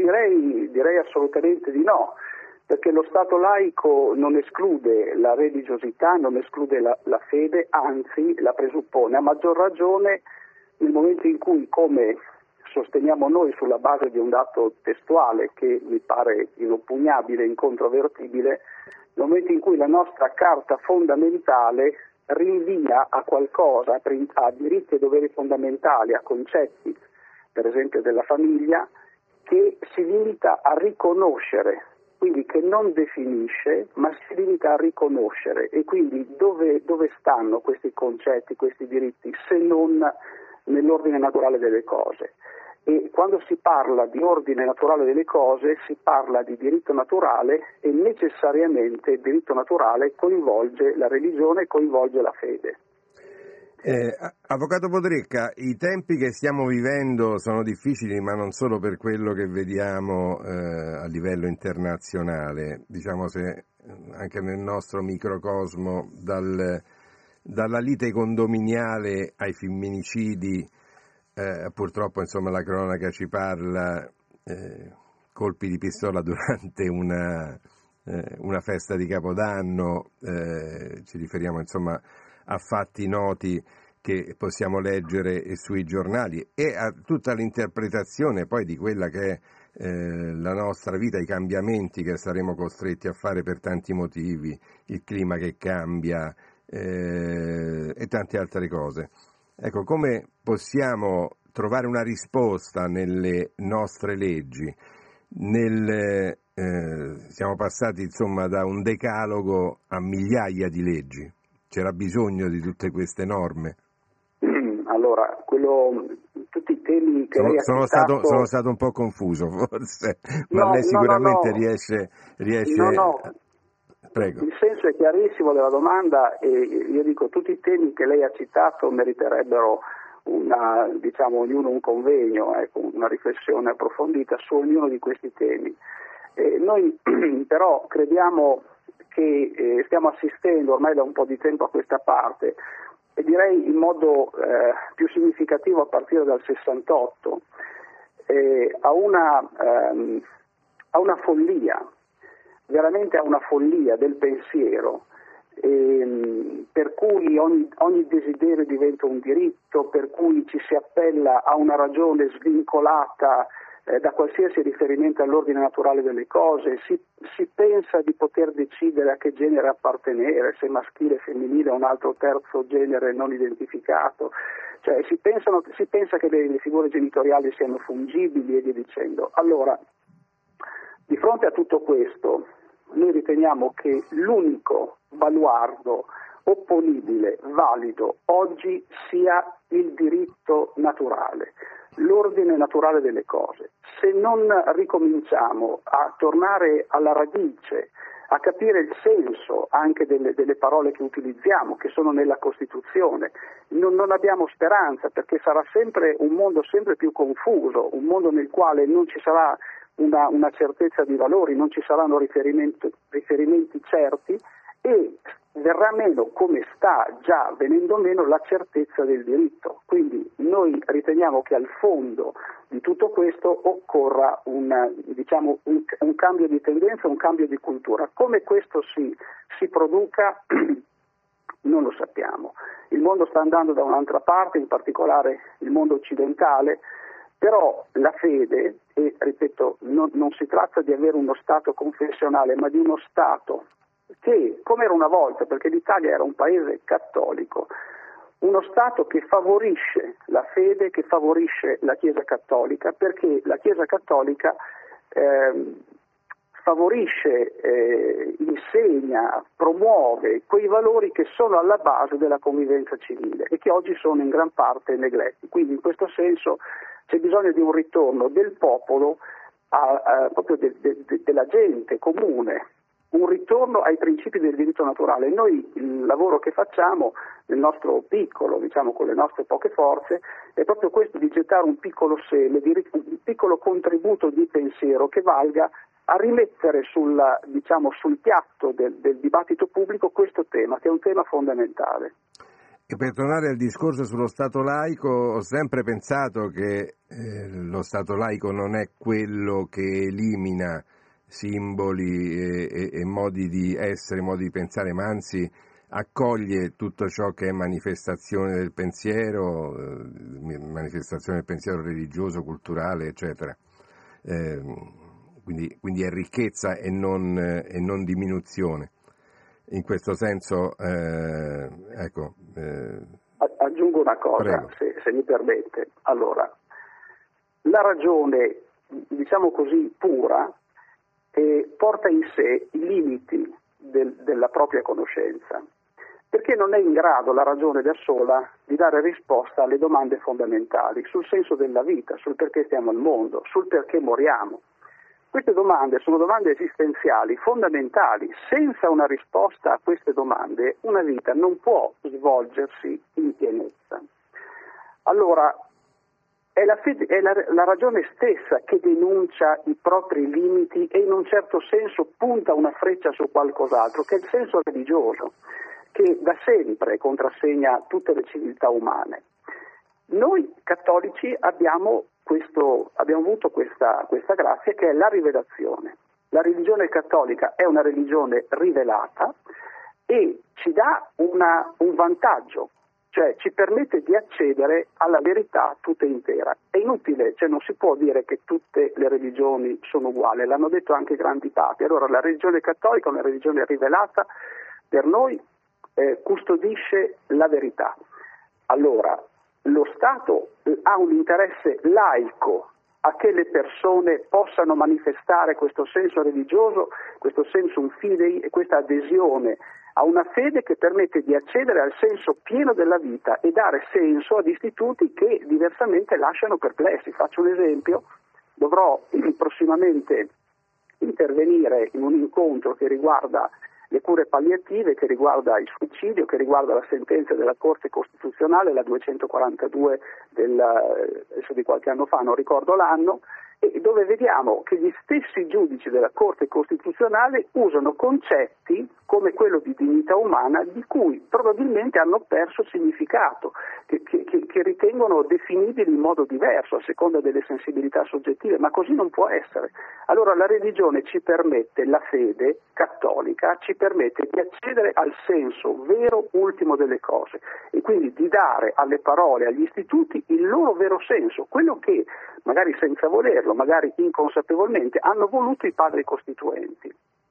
direi assolutamente di no, perché lo Stato laico non esclude la religiosità, non esclude la fede, anzi la presuppone, a maggior ragione nel momento in cui, come sosteniamo noi sulla base di un dato testuale che mi pare inoppugnabile, incontrovertibile, nel momento in cui la nostra carta fondamentale rinvia a qualcosa, a diritti e doveri fondamentali, a concetti, per esempio della famiglia, che si limita a riconoscere, quindi che non definisce, ma si limita a riconoscere. E quindi dove stanno questi concetti, questi diritti, se non nell'ordine naturale delle cose? E quando si parla di ordine naturale delle cose si parla di diritto naturale e necessariamente il diritto naturale coinvolge la religione, coinvolge la fede. Avvocato Podrecca, i tempi che stiamo vivendo sono difficili, ma non solo per quello che vediamo a livello internazionale, diciamo, se anche nel nostro microcosmo, dalla lite condominiale ai femminicidi. Purtroppo, insomma, la cronaca ci parla, colpi di pistola durante una festa di Capodanno, ci riferiamo, insomma, a fatti noti che possiamo leggere sui giornali, e a tutta l'interpretazione poi di quella che è la nostra vita, i cambiamenti che saremo costretti a fare per tanti motivi, il clima che cambia e tante altre cose. Ecco, come possiamo trovare una risposta nelle nostre leggi? Siamo passati, insomma, da un decalogo a migliaia di leggi. C'era bisogno di tutte queste norme? Allora, tutti i temi che lei ha citato... Sono stato un po' confuso, forse, ma lei sicuramente riesce... No. Prego. Il senso è chiarissimo della domanda e io dico tutti i temi che lei ha citato meriterebbero ognuno un convegno, una riflessione approfondita su ognuno di questi temi. Noi però crediamo che stiamo assistendo ormai da un po' di tempo a questa parte, e direi in modo più significativo a partire dal 68, a una follia, veramente a una follia del pensiero, per cui ogni desiderio diventa un diritto, per cui ci si appella a una ragione svincolata da qualsiasi riferimento all'ordine naturale delle cose, si pensa di poter decidere a che genere appartenere, se maschile, femminile o un altro terzo genere non identificato, cioè si pensa che le figure genitoriali siano fungibili e via dicendo. Allora, di fronte a tutto questo, noi riteniamo che l'unico baluardo opponibile, valido, oggi sia il diritto naturale, l'ordine naturale delle cose. Se non ricominciamo a tornare alla radice, a capire il senso anche delle parole che utilizziamo, che sono nella Costituzione, non abbiamo speranza, perché sarà sempre un mondo sempre più confuso, un mondo nel quale non ci sarà una certezza di valori, non ci saranno riferimenti certi e verrà meno, come sta già venendo meno, la certezza del diritto. Quindi noi riteniamo che al fondo di tutto questo occorra un cambio di tendenza, un cambio di cultura. Come questo si produca non lo sappiamo. Il mondo sta andando da un'altra parte, in particolare il mondo occidentale, però la fede, e ripeto, non si tratta di avere uno Stato confessionale, ma di uno Stato che, come era una volta, perché l'Italia era un paese cattolico, uno Stato che favorisce la fede, che favorisce la Chiesa cattolica, perché la Chiesa cattolica favorisce, insegna, promuove quei valori che sono alla base della convivenza civile e che oggi sono in gran parte negletti. Quindi in questo senso c'è bisogno di un ritorno del popolo, proprio della gente comune, un ritorno ai principi del diritto naturale. Noi il lavoro che facciamo nel nostro piccolo, con le nostre poche forze, è proprio questo, di gettare un piccolo seme, un piccolo contributo di pensiero che valga a rimettere sul piatto del dibattito pubblico questo tema, che è un tema fondamentale. E per tornare al discorso sullo Stato laico, ho sempre pensato che lo Stato laico non è quello che elimina simboli e modi di essere, modi di pensare, ma anzi accoglie tutto ciò che è manifestazione del pensiero, manifestazione del pensiero religioso, culturale, eccetera. Quindi è ricchezza e non diminuzione. In questo senso, ecco. Aggiungo una cosa, se mi permette. Allora, la ragione, diciamo così, pura, porta in sé i limiti della propria conoscenza, perché non è in grado la ragione da sola di dare risposta alle domande fondamentali sul senso della vita, sul perché stiamo al mondo, sul perché moriamo. Queste domande sono domande esistenziali, fondamentali. Senza una risposta a queste domande una vita non può svolgersi in pienezza. Allora, è la ragione stessa che denuncia i propri limiti e in un certo senso punta una freccia su qualcos'altro, che è il senso religioso, che da sempre contrassegna tutte le civiltà umane. Noi cattolici abbiamo avuto questa grazia, che è la rivelazione. La religione cattolica è una religione rivelata e ci dà un vantaggio, cioè ci permette di accedere alla verità tutta intera. È inutile, non si può dire che tutte le religioni sono uguali, l'hanno detto anche i grandi papi. Allora la religione cattolica è una religione rivelata, per noi custodisce la verità. Allora, lo Stato ha un interesse laico a che le persone possano manifestare questo senso religioso, questo sensum fidei e questa adesione a una fede che permette di accedere al senso pieno della vita e dare senso ad istituti che diversamente lasciano perplessi. Faccio un esempio: dovrò prossimamente intervenire in un incontro che riguarda le cure palliative, che riguarda il suicidio, che riguarda la sentenza della Corte Costituzionale, la 242 adesso di qualche anno fa, non ricordo l'anno, e dove vediamo che gli stessi giudici della Corte Costituzionale usano concetti come quello di dignità umana di cui probabilmente hanno perso significato, che ritengono definibili in modo diverso a seconda delle sensibilità soggettive, ma così non può essere. Allora la religione ci permette, la fede cattolica ci permette di accedere al senso vero ultimo delle cose e quindi di dare alle parole, agli istituti il loro vero senso, quello che magari senza volerlo, magari inconsapevolmente hanno voluto i padri costituenti.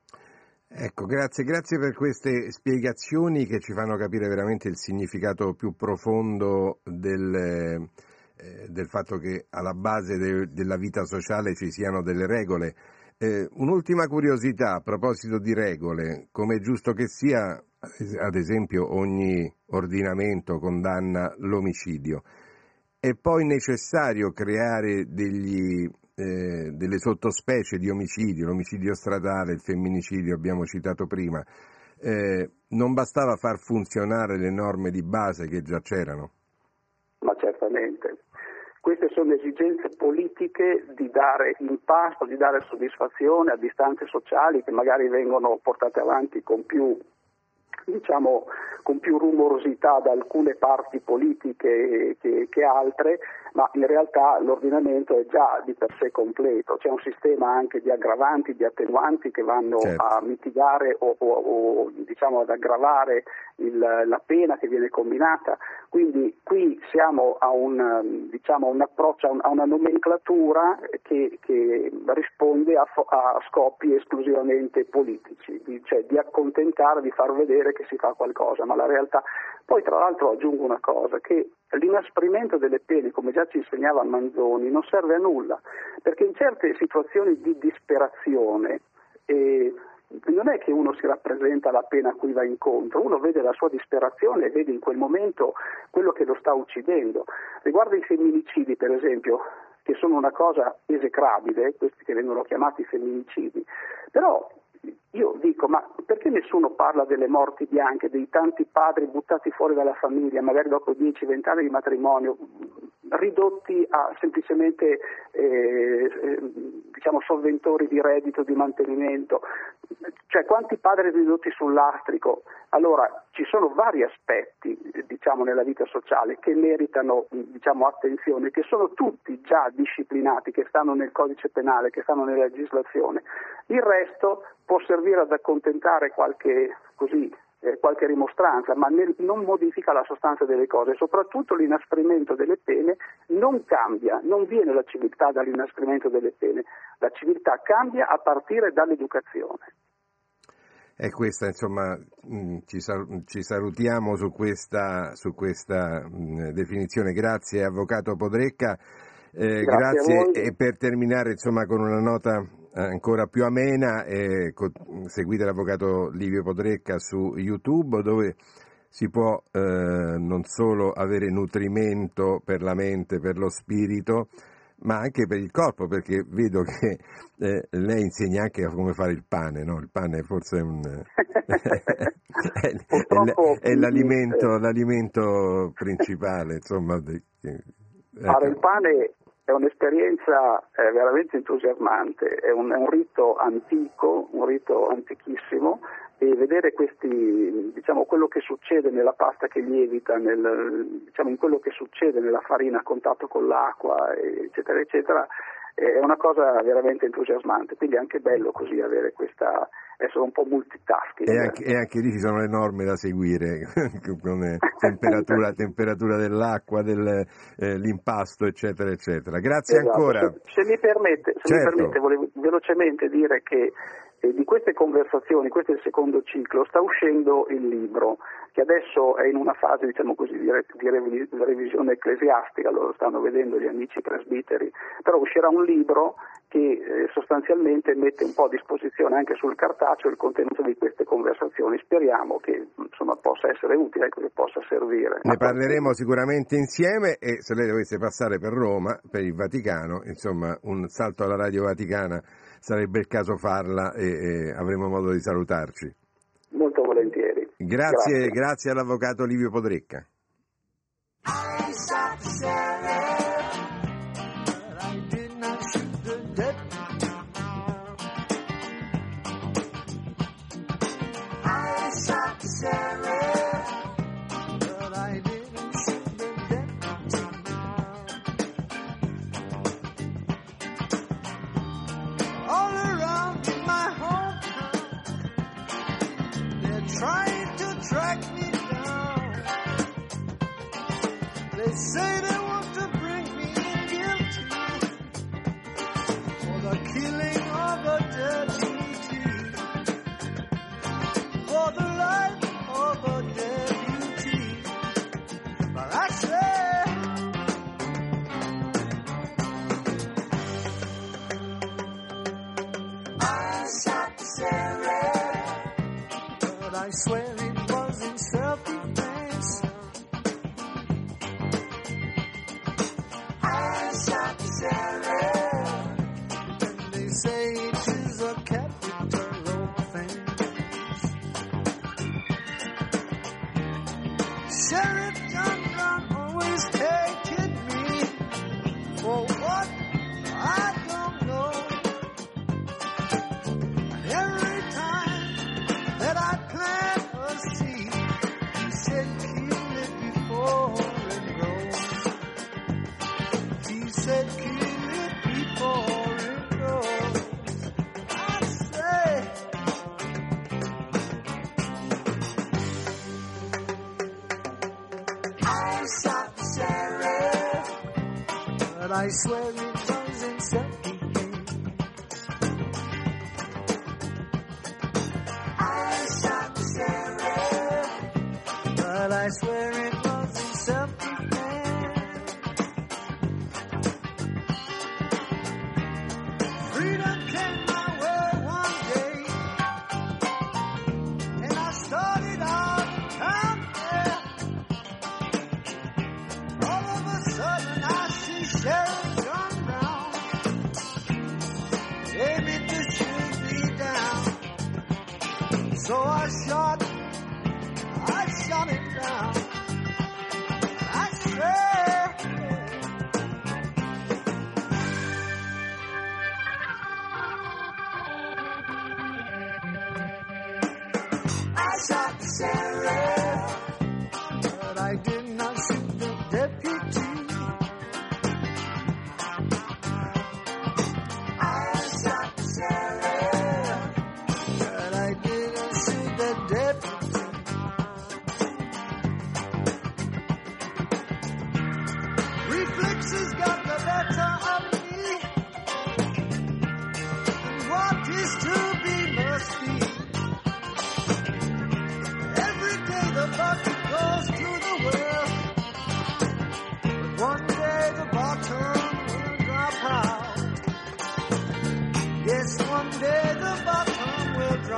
Ecco, grazie per queste spiegazioni che ci fanno capire veramente il significato più profondo del fatto che alla base della vita sociale ci siano delle regole. Un'ultima curiosità a proposito di regole: come è giusto che sia, ad esempio ogni ordinamento condanna l'omicidio, è poi necessario creare delle sottospecie di omicidio, l'omicidio stradale, il femminicidio abbiamo citato prima. Non bastava far funzionare le norme di base che già c'erano? Ma certamente. Queste sono esigenze politiche di dare impasto, di dare soddisfazione a istanze sociali che magari vengono portate avanti con più rumorosità da alcune parti politiche che altre, ma in realtà l'ordinamento è già di per sé completo. C'è un sistema anche di aggravanti, di attenuanti che vanno a mitigare o ad aggravare la pena che viene combinata. Quindi qui siamo a un approccio, a una nomenclatura che risponde a scopi esclusivamente politici, cioè di accontentare, di far vedere che si fa qualcosa, ma la realtà. Poi tra l'altro aggiungo una cosa, che l'inasprimento delle pene, come già ci insegnava Manzoni, non serve a nulla, perché in certe situazioni di disperazione non è che uno si rappresenta la pena a cui va incontro, uno vede la sua disperazione e vede in quel momento quello che lo sta uccidendo. Riguardo i femminicidi, per esempio, che sono una cosa esecrabile, questi che vengono chiamati femminicidi, però io dico, ma perché nessuno parla delle morti bianche, dei tanti padri buttati fuori dalla famiglia, magari dopo 10-20 anni di matrimonio, ridotti a semplicemente sovventori di reddito, di mantenimento? Cioè quanti padri ridotti sul lastrico? Allora ci sono vari aspetti, diciamo, nella vita sociale che meritano, diciamo, attenzione, che sono tutti già disciplinati, che stanno nel codice penale, che stanno nella legislazione. Il resto può servire ad accontentare qualche rimostranza, ma non modifica la sostanza delle cose. Soprattutto l'inasprimento delle pene non cambia, non viene la civiltà dall'inasprimento delle pene, la civiltà cambia a partire dall'educazione. E questa, insomma, ci salutiamo su questa definizione. Grazie Avvocato Podrecca, grazie. E per terminare, insomma, con una nota ancora più amena, seguite l'Avvocato Livio Podrecca su YouTube, dove si può non solo avere nutrimento per la mente, per lo spirito, ma anche per il corpo, perché vedo che lei insegna anche come fare il pane, no? Il pane forse è l'alimento principale, insomma. Fare il pane è un'esperienza veramente entusiasmante, è un rito antico, un rito antichissimo, e vedere quello che succede nella pasta che lievita, in quello che succede nella farina a contatto con l'acqua, eccetera, eccetera, è una cosa veramente entusiasmante. Quindi è anche bello così avere essere un po' multitasking. E anche lì ci sono le norme da seguire, come temperatura dell'acqua, l'impasto, eccetera, eccetera. Grazie ancora. Se mi permette, volevo velocemente dire che di queste conversazioni, questo è il secondo ciclo, sta uscendo il libro, che adesso è in una fase, diciamo così, di revisione ecclesiastica, lo stanno vedendo gli amici presbiteri, però uscirà un libro che sostanzialmente mette un po' a disposizione anche sul cartaceo il contenuto di queste conversazioni. Speriamo che, insomma, possa essere utile, che possa servire. Ne parleremo sicuramente insieme, e se lei dovesse passare per Roma, per il Vaticano, insomma, un salto alla Radio Vaticana sarebbe il caso farla, e avremo modo di salutarci. Molto volentieri. Grazie all'Avvocato Livio Podrecca. Trying to track me down. They say they want to bring me in guilty for the killing of a deputy, for the life of a deputy. But I say, I shot Sarah. I swear it was in self-defense. I shot Sarah. And they say it is a capital offense. Sheriff John Brown always hated me for what I don't know. And every time that I plant a seed, he said kill it before it grows. He said kill it before it grows. I say, I shot the sheriff, but I swear it was in self-defense. I swear it was in self-defense. Freedom came my way one day, and I started out down there. All of a sudden I see Sheriff John Brown aiming to shoot me down. So I shot him down. I swear.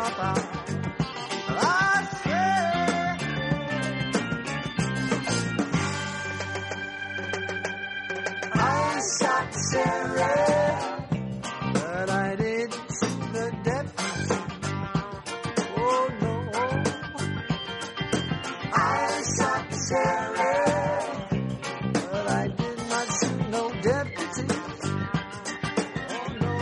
But I didn't shoot the deputy. Oh no, I shot the sheriff, but I did not shoot no deputy. Oh no.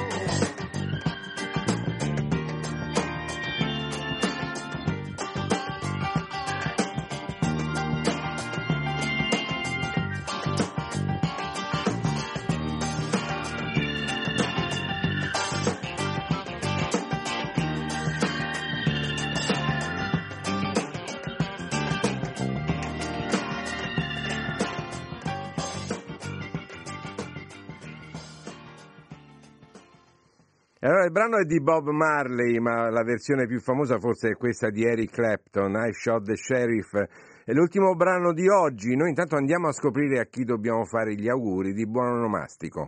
Allora, il brano è di Bob Marley, ma la versione più famosa forse è questa di Eric Clapton, I Shot the Sheriff. È l'ultimo brano di oggi. Noi intanto andiamo a scoprire a chi dobbiamo fare gli auguri di buon onomastico.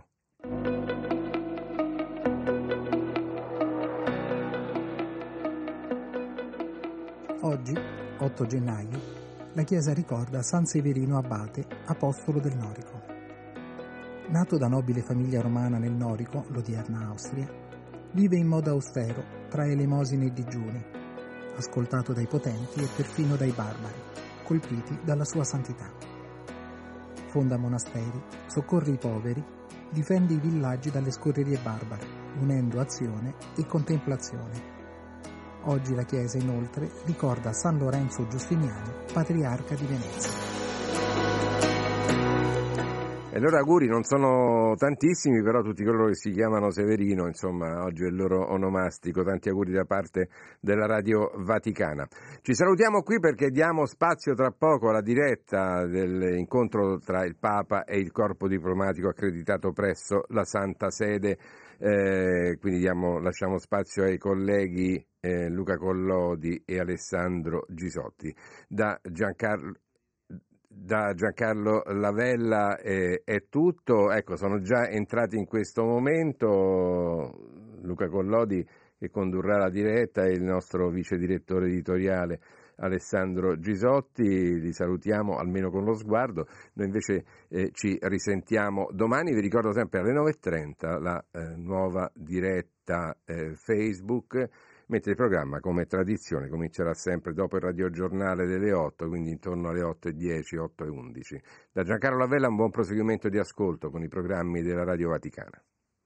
Oggi, 8 gennaio, la Chiesa ricorda San Severino Abate, apostolo del Norico. Nato da nobile famiglia romana nel Norico, l'odierna Austria, vive in modo austero tra elemosine e digiuni, ascoltato dai potenti e perfino dai barbari, colpiti dalla sua santità. Fonda monasteri, soccorre i poveri, difende i villaggi dalle scorrerie barbare, unendo azione e contemplazione. Oggi la Chiesa, inoltre, ricorda San Lorenzo Giustiniano, patriarca di Venezia. E i loro auguri non sono tantissimi, però tutti coloro che si chiamano Severino, insomma, oggi è il loro onomastico. Tanti auguri da parte della Radio Vaticana. Ci salutiamo qui perché diamo spazio tra poco alla diretta dell'incontro tra il Papa e il corpo diplomatico accreditato presso la Santa Sede. Quindi lasciamo spazio ai colleghi Luca Collodi e Alessandro Gisotti. Da Giancarlo Lavella è tutto. Ecco, sono già entrati in questo momento Luca Collodi, che condurrà la diretta, e il nostro vice direttore editoriale Alessandro Gisotti. Li salutiamo almeno con lo sguardo. Noi invece ci risentiamo domani. Vi ricordo sempre alle 9.30 la nuova diretta Facebook, mentre il programma, come tradizione, comincerà sempre dopo il radiogiornale delle 8, quindi intorno alle 8.10, 8.11. Da Giancarlo Lavella un buon proseguimento di ascolto con i programmi della Radio Vaticana.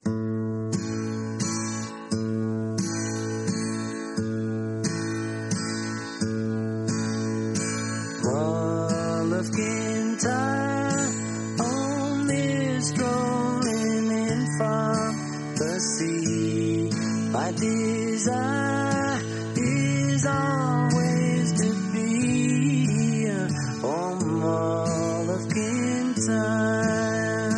Wall of Kintyre, only strolling in from the sea. My desire is always to be on Wall of Kintyre.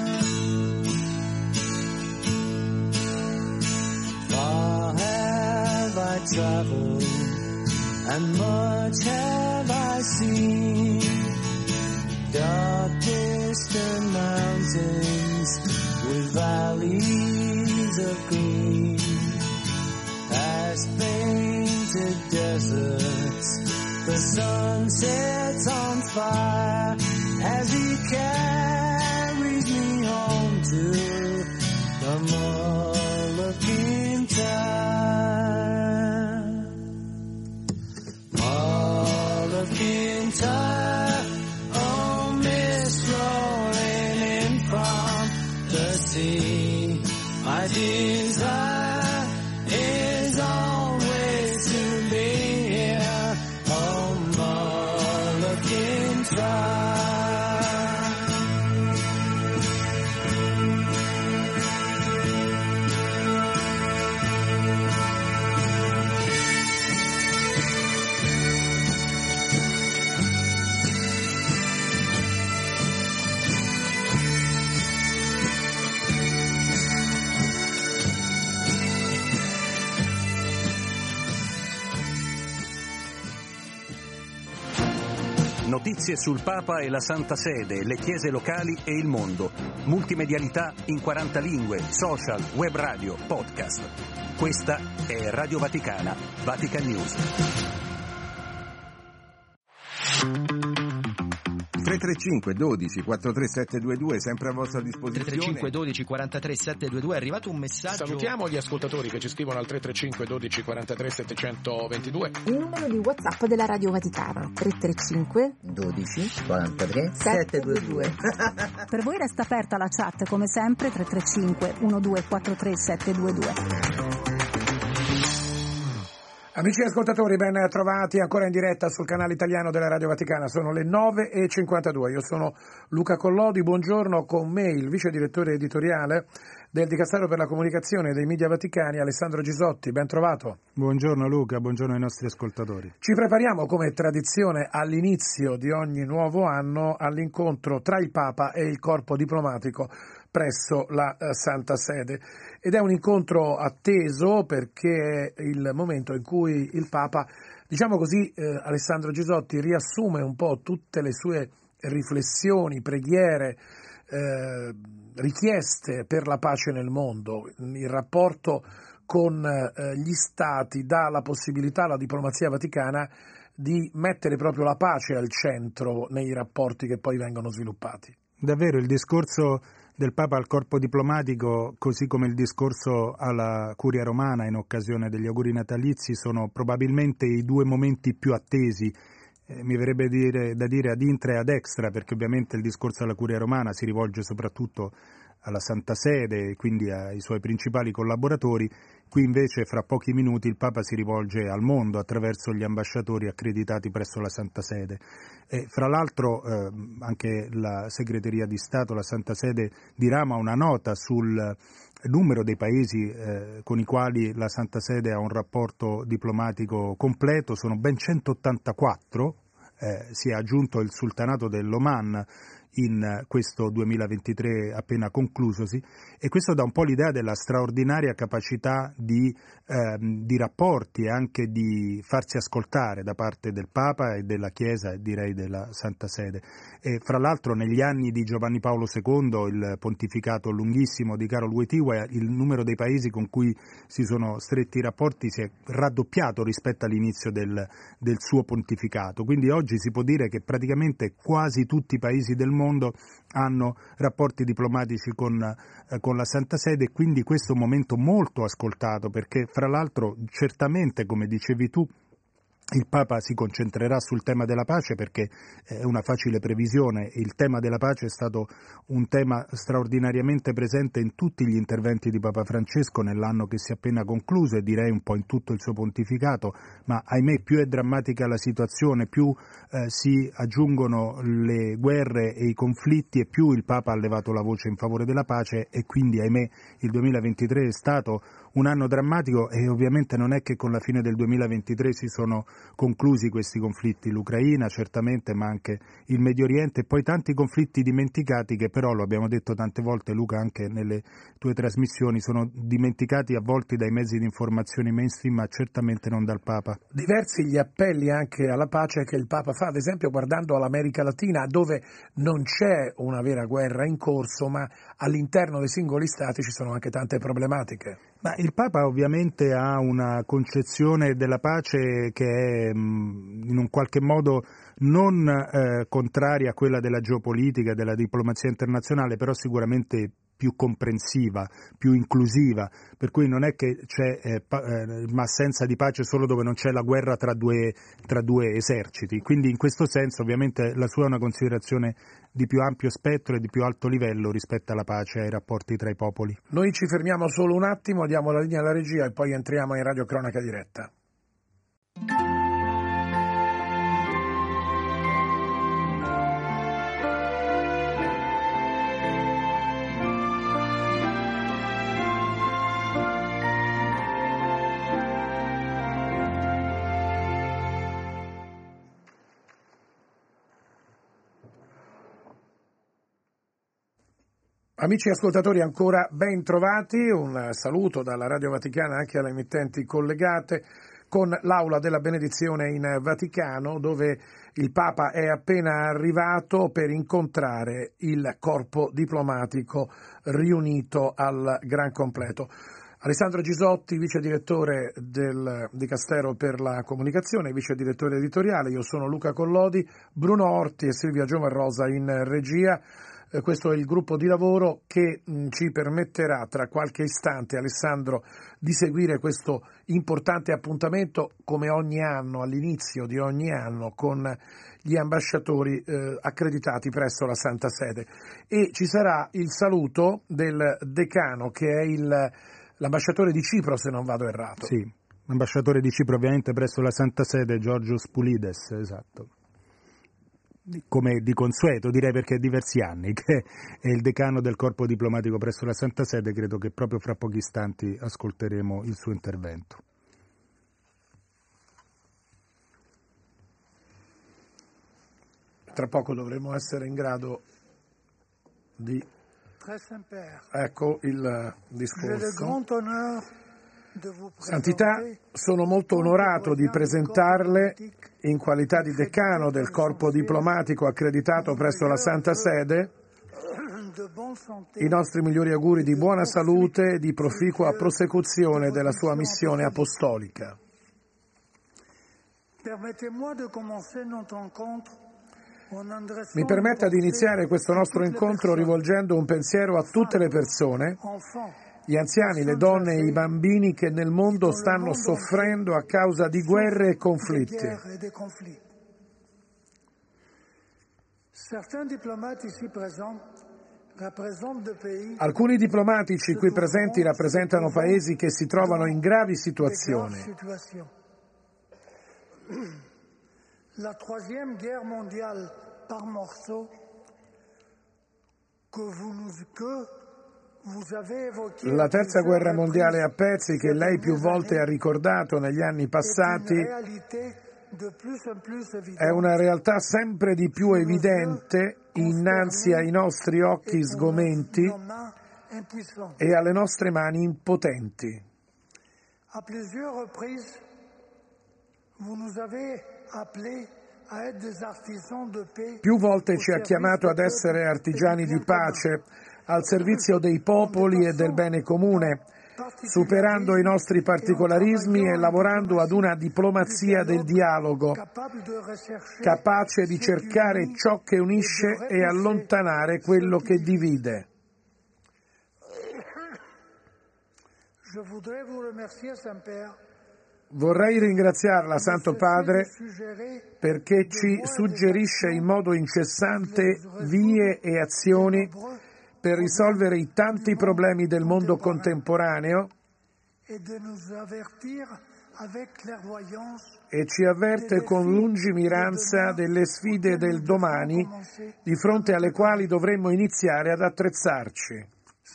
Far have I traveled, and much have I seen. Dark distant mountains with valleys of green, past painted deserts, the sun sets on fire as he carries me home to the Mull of Kintyre. Mull of Kintyre, oh mist rolling in from the sea. My desire is always to be here, oh Mull of Kintyre. Notizie sul Papa e la Santa Sede, le chiese locali e il mondo. Multimedialità in 40 lingue, social, web radio, podcast. Questa è Radio Vaticana, Vatican News. 335 12 43722 sempre a vostra disposizione. 335 12 43 722 è arrivato un messaggio. Salutiamo gli ascoltatori che ci scrivono al 335 12 43 722. Il numero di WhatsApp della Radio Vaticana 335 12 43 722. Per voi resta aperta la chat come sempre 335 1243 722. Amici ascoltatori, ben trovati ancora in diretta sul canale italiano della Radio Vaticana. Sono le 9:52. Io sono Luca Collodi. Buongiorno, con me il vice direttore editoriale del Dicastero per la Comunicazione e dei Media Vaticani, Alessandro Gisotti. Ben trovato. Buongiorno Luca, buongiorno ai nostri ascoltatori. Ci prepariamo, come tradizione, all'inizio di ogni nuovo anno all'incontro tra il Papa e il corpo diplomatico presso la Santa Sede. Ed è un incontro atteso perché è il momento in cui il Papa, diciamo così, Alessandro Gisotti, riassume un po' tutte le sue riflessioni, preghiere, richieste per la pace nel mondo. Il rapporto con gli Stati dà la possibilità alla diplomazia vaticana di mettere proprio la pace al centro nei rapporti che poi vengono sviluppati. Davvero, il discorso del Papa al corpo diplomatico, così come il discorso alla Curia Romana in occasione degli auguri natalizi, sono probabilmente i due momenti più attesi, mi verrebbe da dire ad intra e ad extra, perché ovviamente il discorso alla Curia Romana si rivolge soprattutto alla Santa Sede e quindi ai suoi principali collaboratori. Qui invece fra pochi minuti il Papa si rivolge al mondo attraverso gli ambasciatori accreditati presso la Santa Sede. E fra l'altro anche la Segreteria di Stato, la Santa Sede, dirama una nota sul numero dei paesi con i quali la Santa Sede ha un rapporto diplomatico completo. Sono ben 184, si è aggiunto il Sultanato dell'Oman in questo 2023 appena conclusosi, e questo dà un po' l'idea della straordinaria capacità di rapporti e anche di farsi ascoltare da parte del Papa e della Chiesa, e direi della Santa Sede. E fra l'altro negli anni di Giovanni Paolo II, il pontificato lunghissimo di Karol Wojtyła, il numero dei paesi con cui si sono stretti i rapporti si è raddoppiato rispetto all'inizio del suo pontificato, quindi oggi si può dire che praticamente quasi tutti i paesi del mondo hanno rapporti diplomatici con la Santa Sede, e quindi questo è un momento molto ascoltato, perché fra l'altro certamente, come dicevi tu, il Papa si concentrerà sul tema della pace, perché è una facile previsione. Il tema della pace è stato un tema straordinariamente presente in tutti gli interventi di Papa Francesco nell'anno che si è appena concluso, e direi un po' in tutto il suo pontificato, ma ahimè più è drammatica la situazione, più si aggiungono le guerre e i conflitti, e più il Papa ha levato la voce in favore della pace, e quindi ahimè il 2023 è stato un anno drammatico, e ovviamente non è che con la fine del 2023 si sono conclusi questi conflitti, l'Ucraina certamente, ma anche il Medio Oriente, e poi tanti conflitti dimenticati che però, lo abbiamo detto tante volte Luca anche nelle tue trasmissioni, sono dimenticati a volte dai mezzi di informazione mainstream, ma certamente non dal Papa. Diversi gli appelli anche alla pace che il Papa fa, ad esempio guardando all'America Latina, dove non c'è una vera guerra in corso, ma all'interno dei singoli stati ci sono anche tante problematiche. Ma il Papa ovviamente ha una concezione della pace che è in un qualche modo non contraria a quella della geopolitica, della diplomazia internazionale, però sicuramente più comprensiva, più inclusiva, per cui non è che c'è assenza di pace solo dove non c'è la guerra tra due eserciti. Quindi in questo senso ovviamente la sua è una considerazione di più ampio spettro e di più alto livello rispetto alla pace e ai rapporti tra i popoli. Noi ci fermiamo solo un attimo, diamo la linea alla regia e poi entriamo in radiocronaca diretta. Amici ascoltatori, ancora ben trovati, un saluto dalla Radio Vaticana anche alle emittenti collegate. con l'aula della benedizione in Vaticano, dove il Papa è appena arrivato per incontrare il corpo diplomatico riunito al gran completo. Alessandro Gisotti, vice direttore del Dicastero per la comunicazione, vice direttore editoriale, io sono Luca Collodi, Bruno Orti e Silvia Giomarrosa in regia. Questo è il gruppo di lavoro che ci permetterà tra qualche istante, Alessandro, di seguire questo importante appuntamento come ogni anno, all'inizio di ogni anno, con gli ambasciatori accreditati presso la Santa Sede. E ci sarà il saluto del decano, che è l'ambasciatore di Cipro, se non vado errato. Sì, l'ambasciatore di Cipro ovviamente presso la Santa Sede, Georgios Poulides, esatto. Come di consueto, direi, perché è diversi anni che è il decano del corpo diplomatico presso la Santa Sede. Credo che proprio fra pochi istanti ascolteremo il suo intervento. Tra poco dovremo essere in grado di... Ecco il discorso. Santità, sono molto onorato di presentarle, in qualità di decano del corpo diplomatico accreditato presso la Santa Sede, i nostri migliori auguri di buona salute e di proficua prosecuzione della sua missione apostolica. Mi permetta di iniziare questo nostro incontro rivolgendo un pensiero a tutte le persone, gli anziani, le donne e i bambini che nel mondo stanno soffrendo a causa di guerre e conflitti. Alcuni diplomatici qui presenti rappresentano paesi che si trovano in gravi situazioni. La troisième guerre mondiale par morceaux La terza guerra mondiale a pezzi, che lei più volte ha ricordato negli anni passati, è una realtà sempre di più evidente innanzi ai nostri occhi sgomenti e alle nostre mani impotenti. A plusieurs reprises, vous nous avez appelés à être des artisans de paix. Più volte ci ha chiamato ad essere artigiani di pace, al servizio dei popoli e del bene comune, superando i nostri particolarismi e lavorando ad una diplomazia del dialogo, capace di cercare ciò che unisce e allontanare quello che divide. Vorrei ringraziarla, Santo Padre, perché ci suggerisce in modo incessante vie e azioni per risolvere i tanti problemi del mondo contemporaneo e ci avverte con lungimiranza delle sfide del domani di fronte alle quali dovremmo iniziare ad attrezzarci.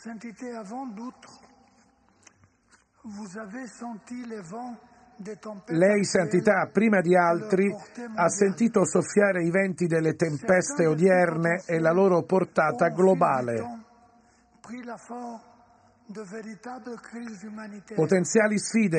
Lei, Santità, prima di altri, ha sentito soffiare i venti delle tempeste odierne e la loro portata globale. Potenziali sfide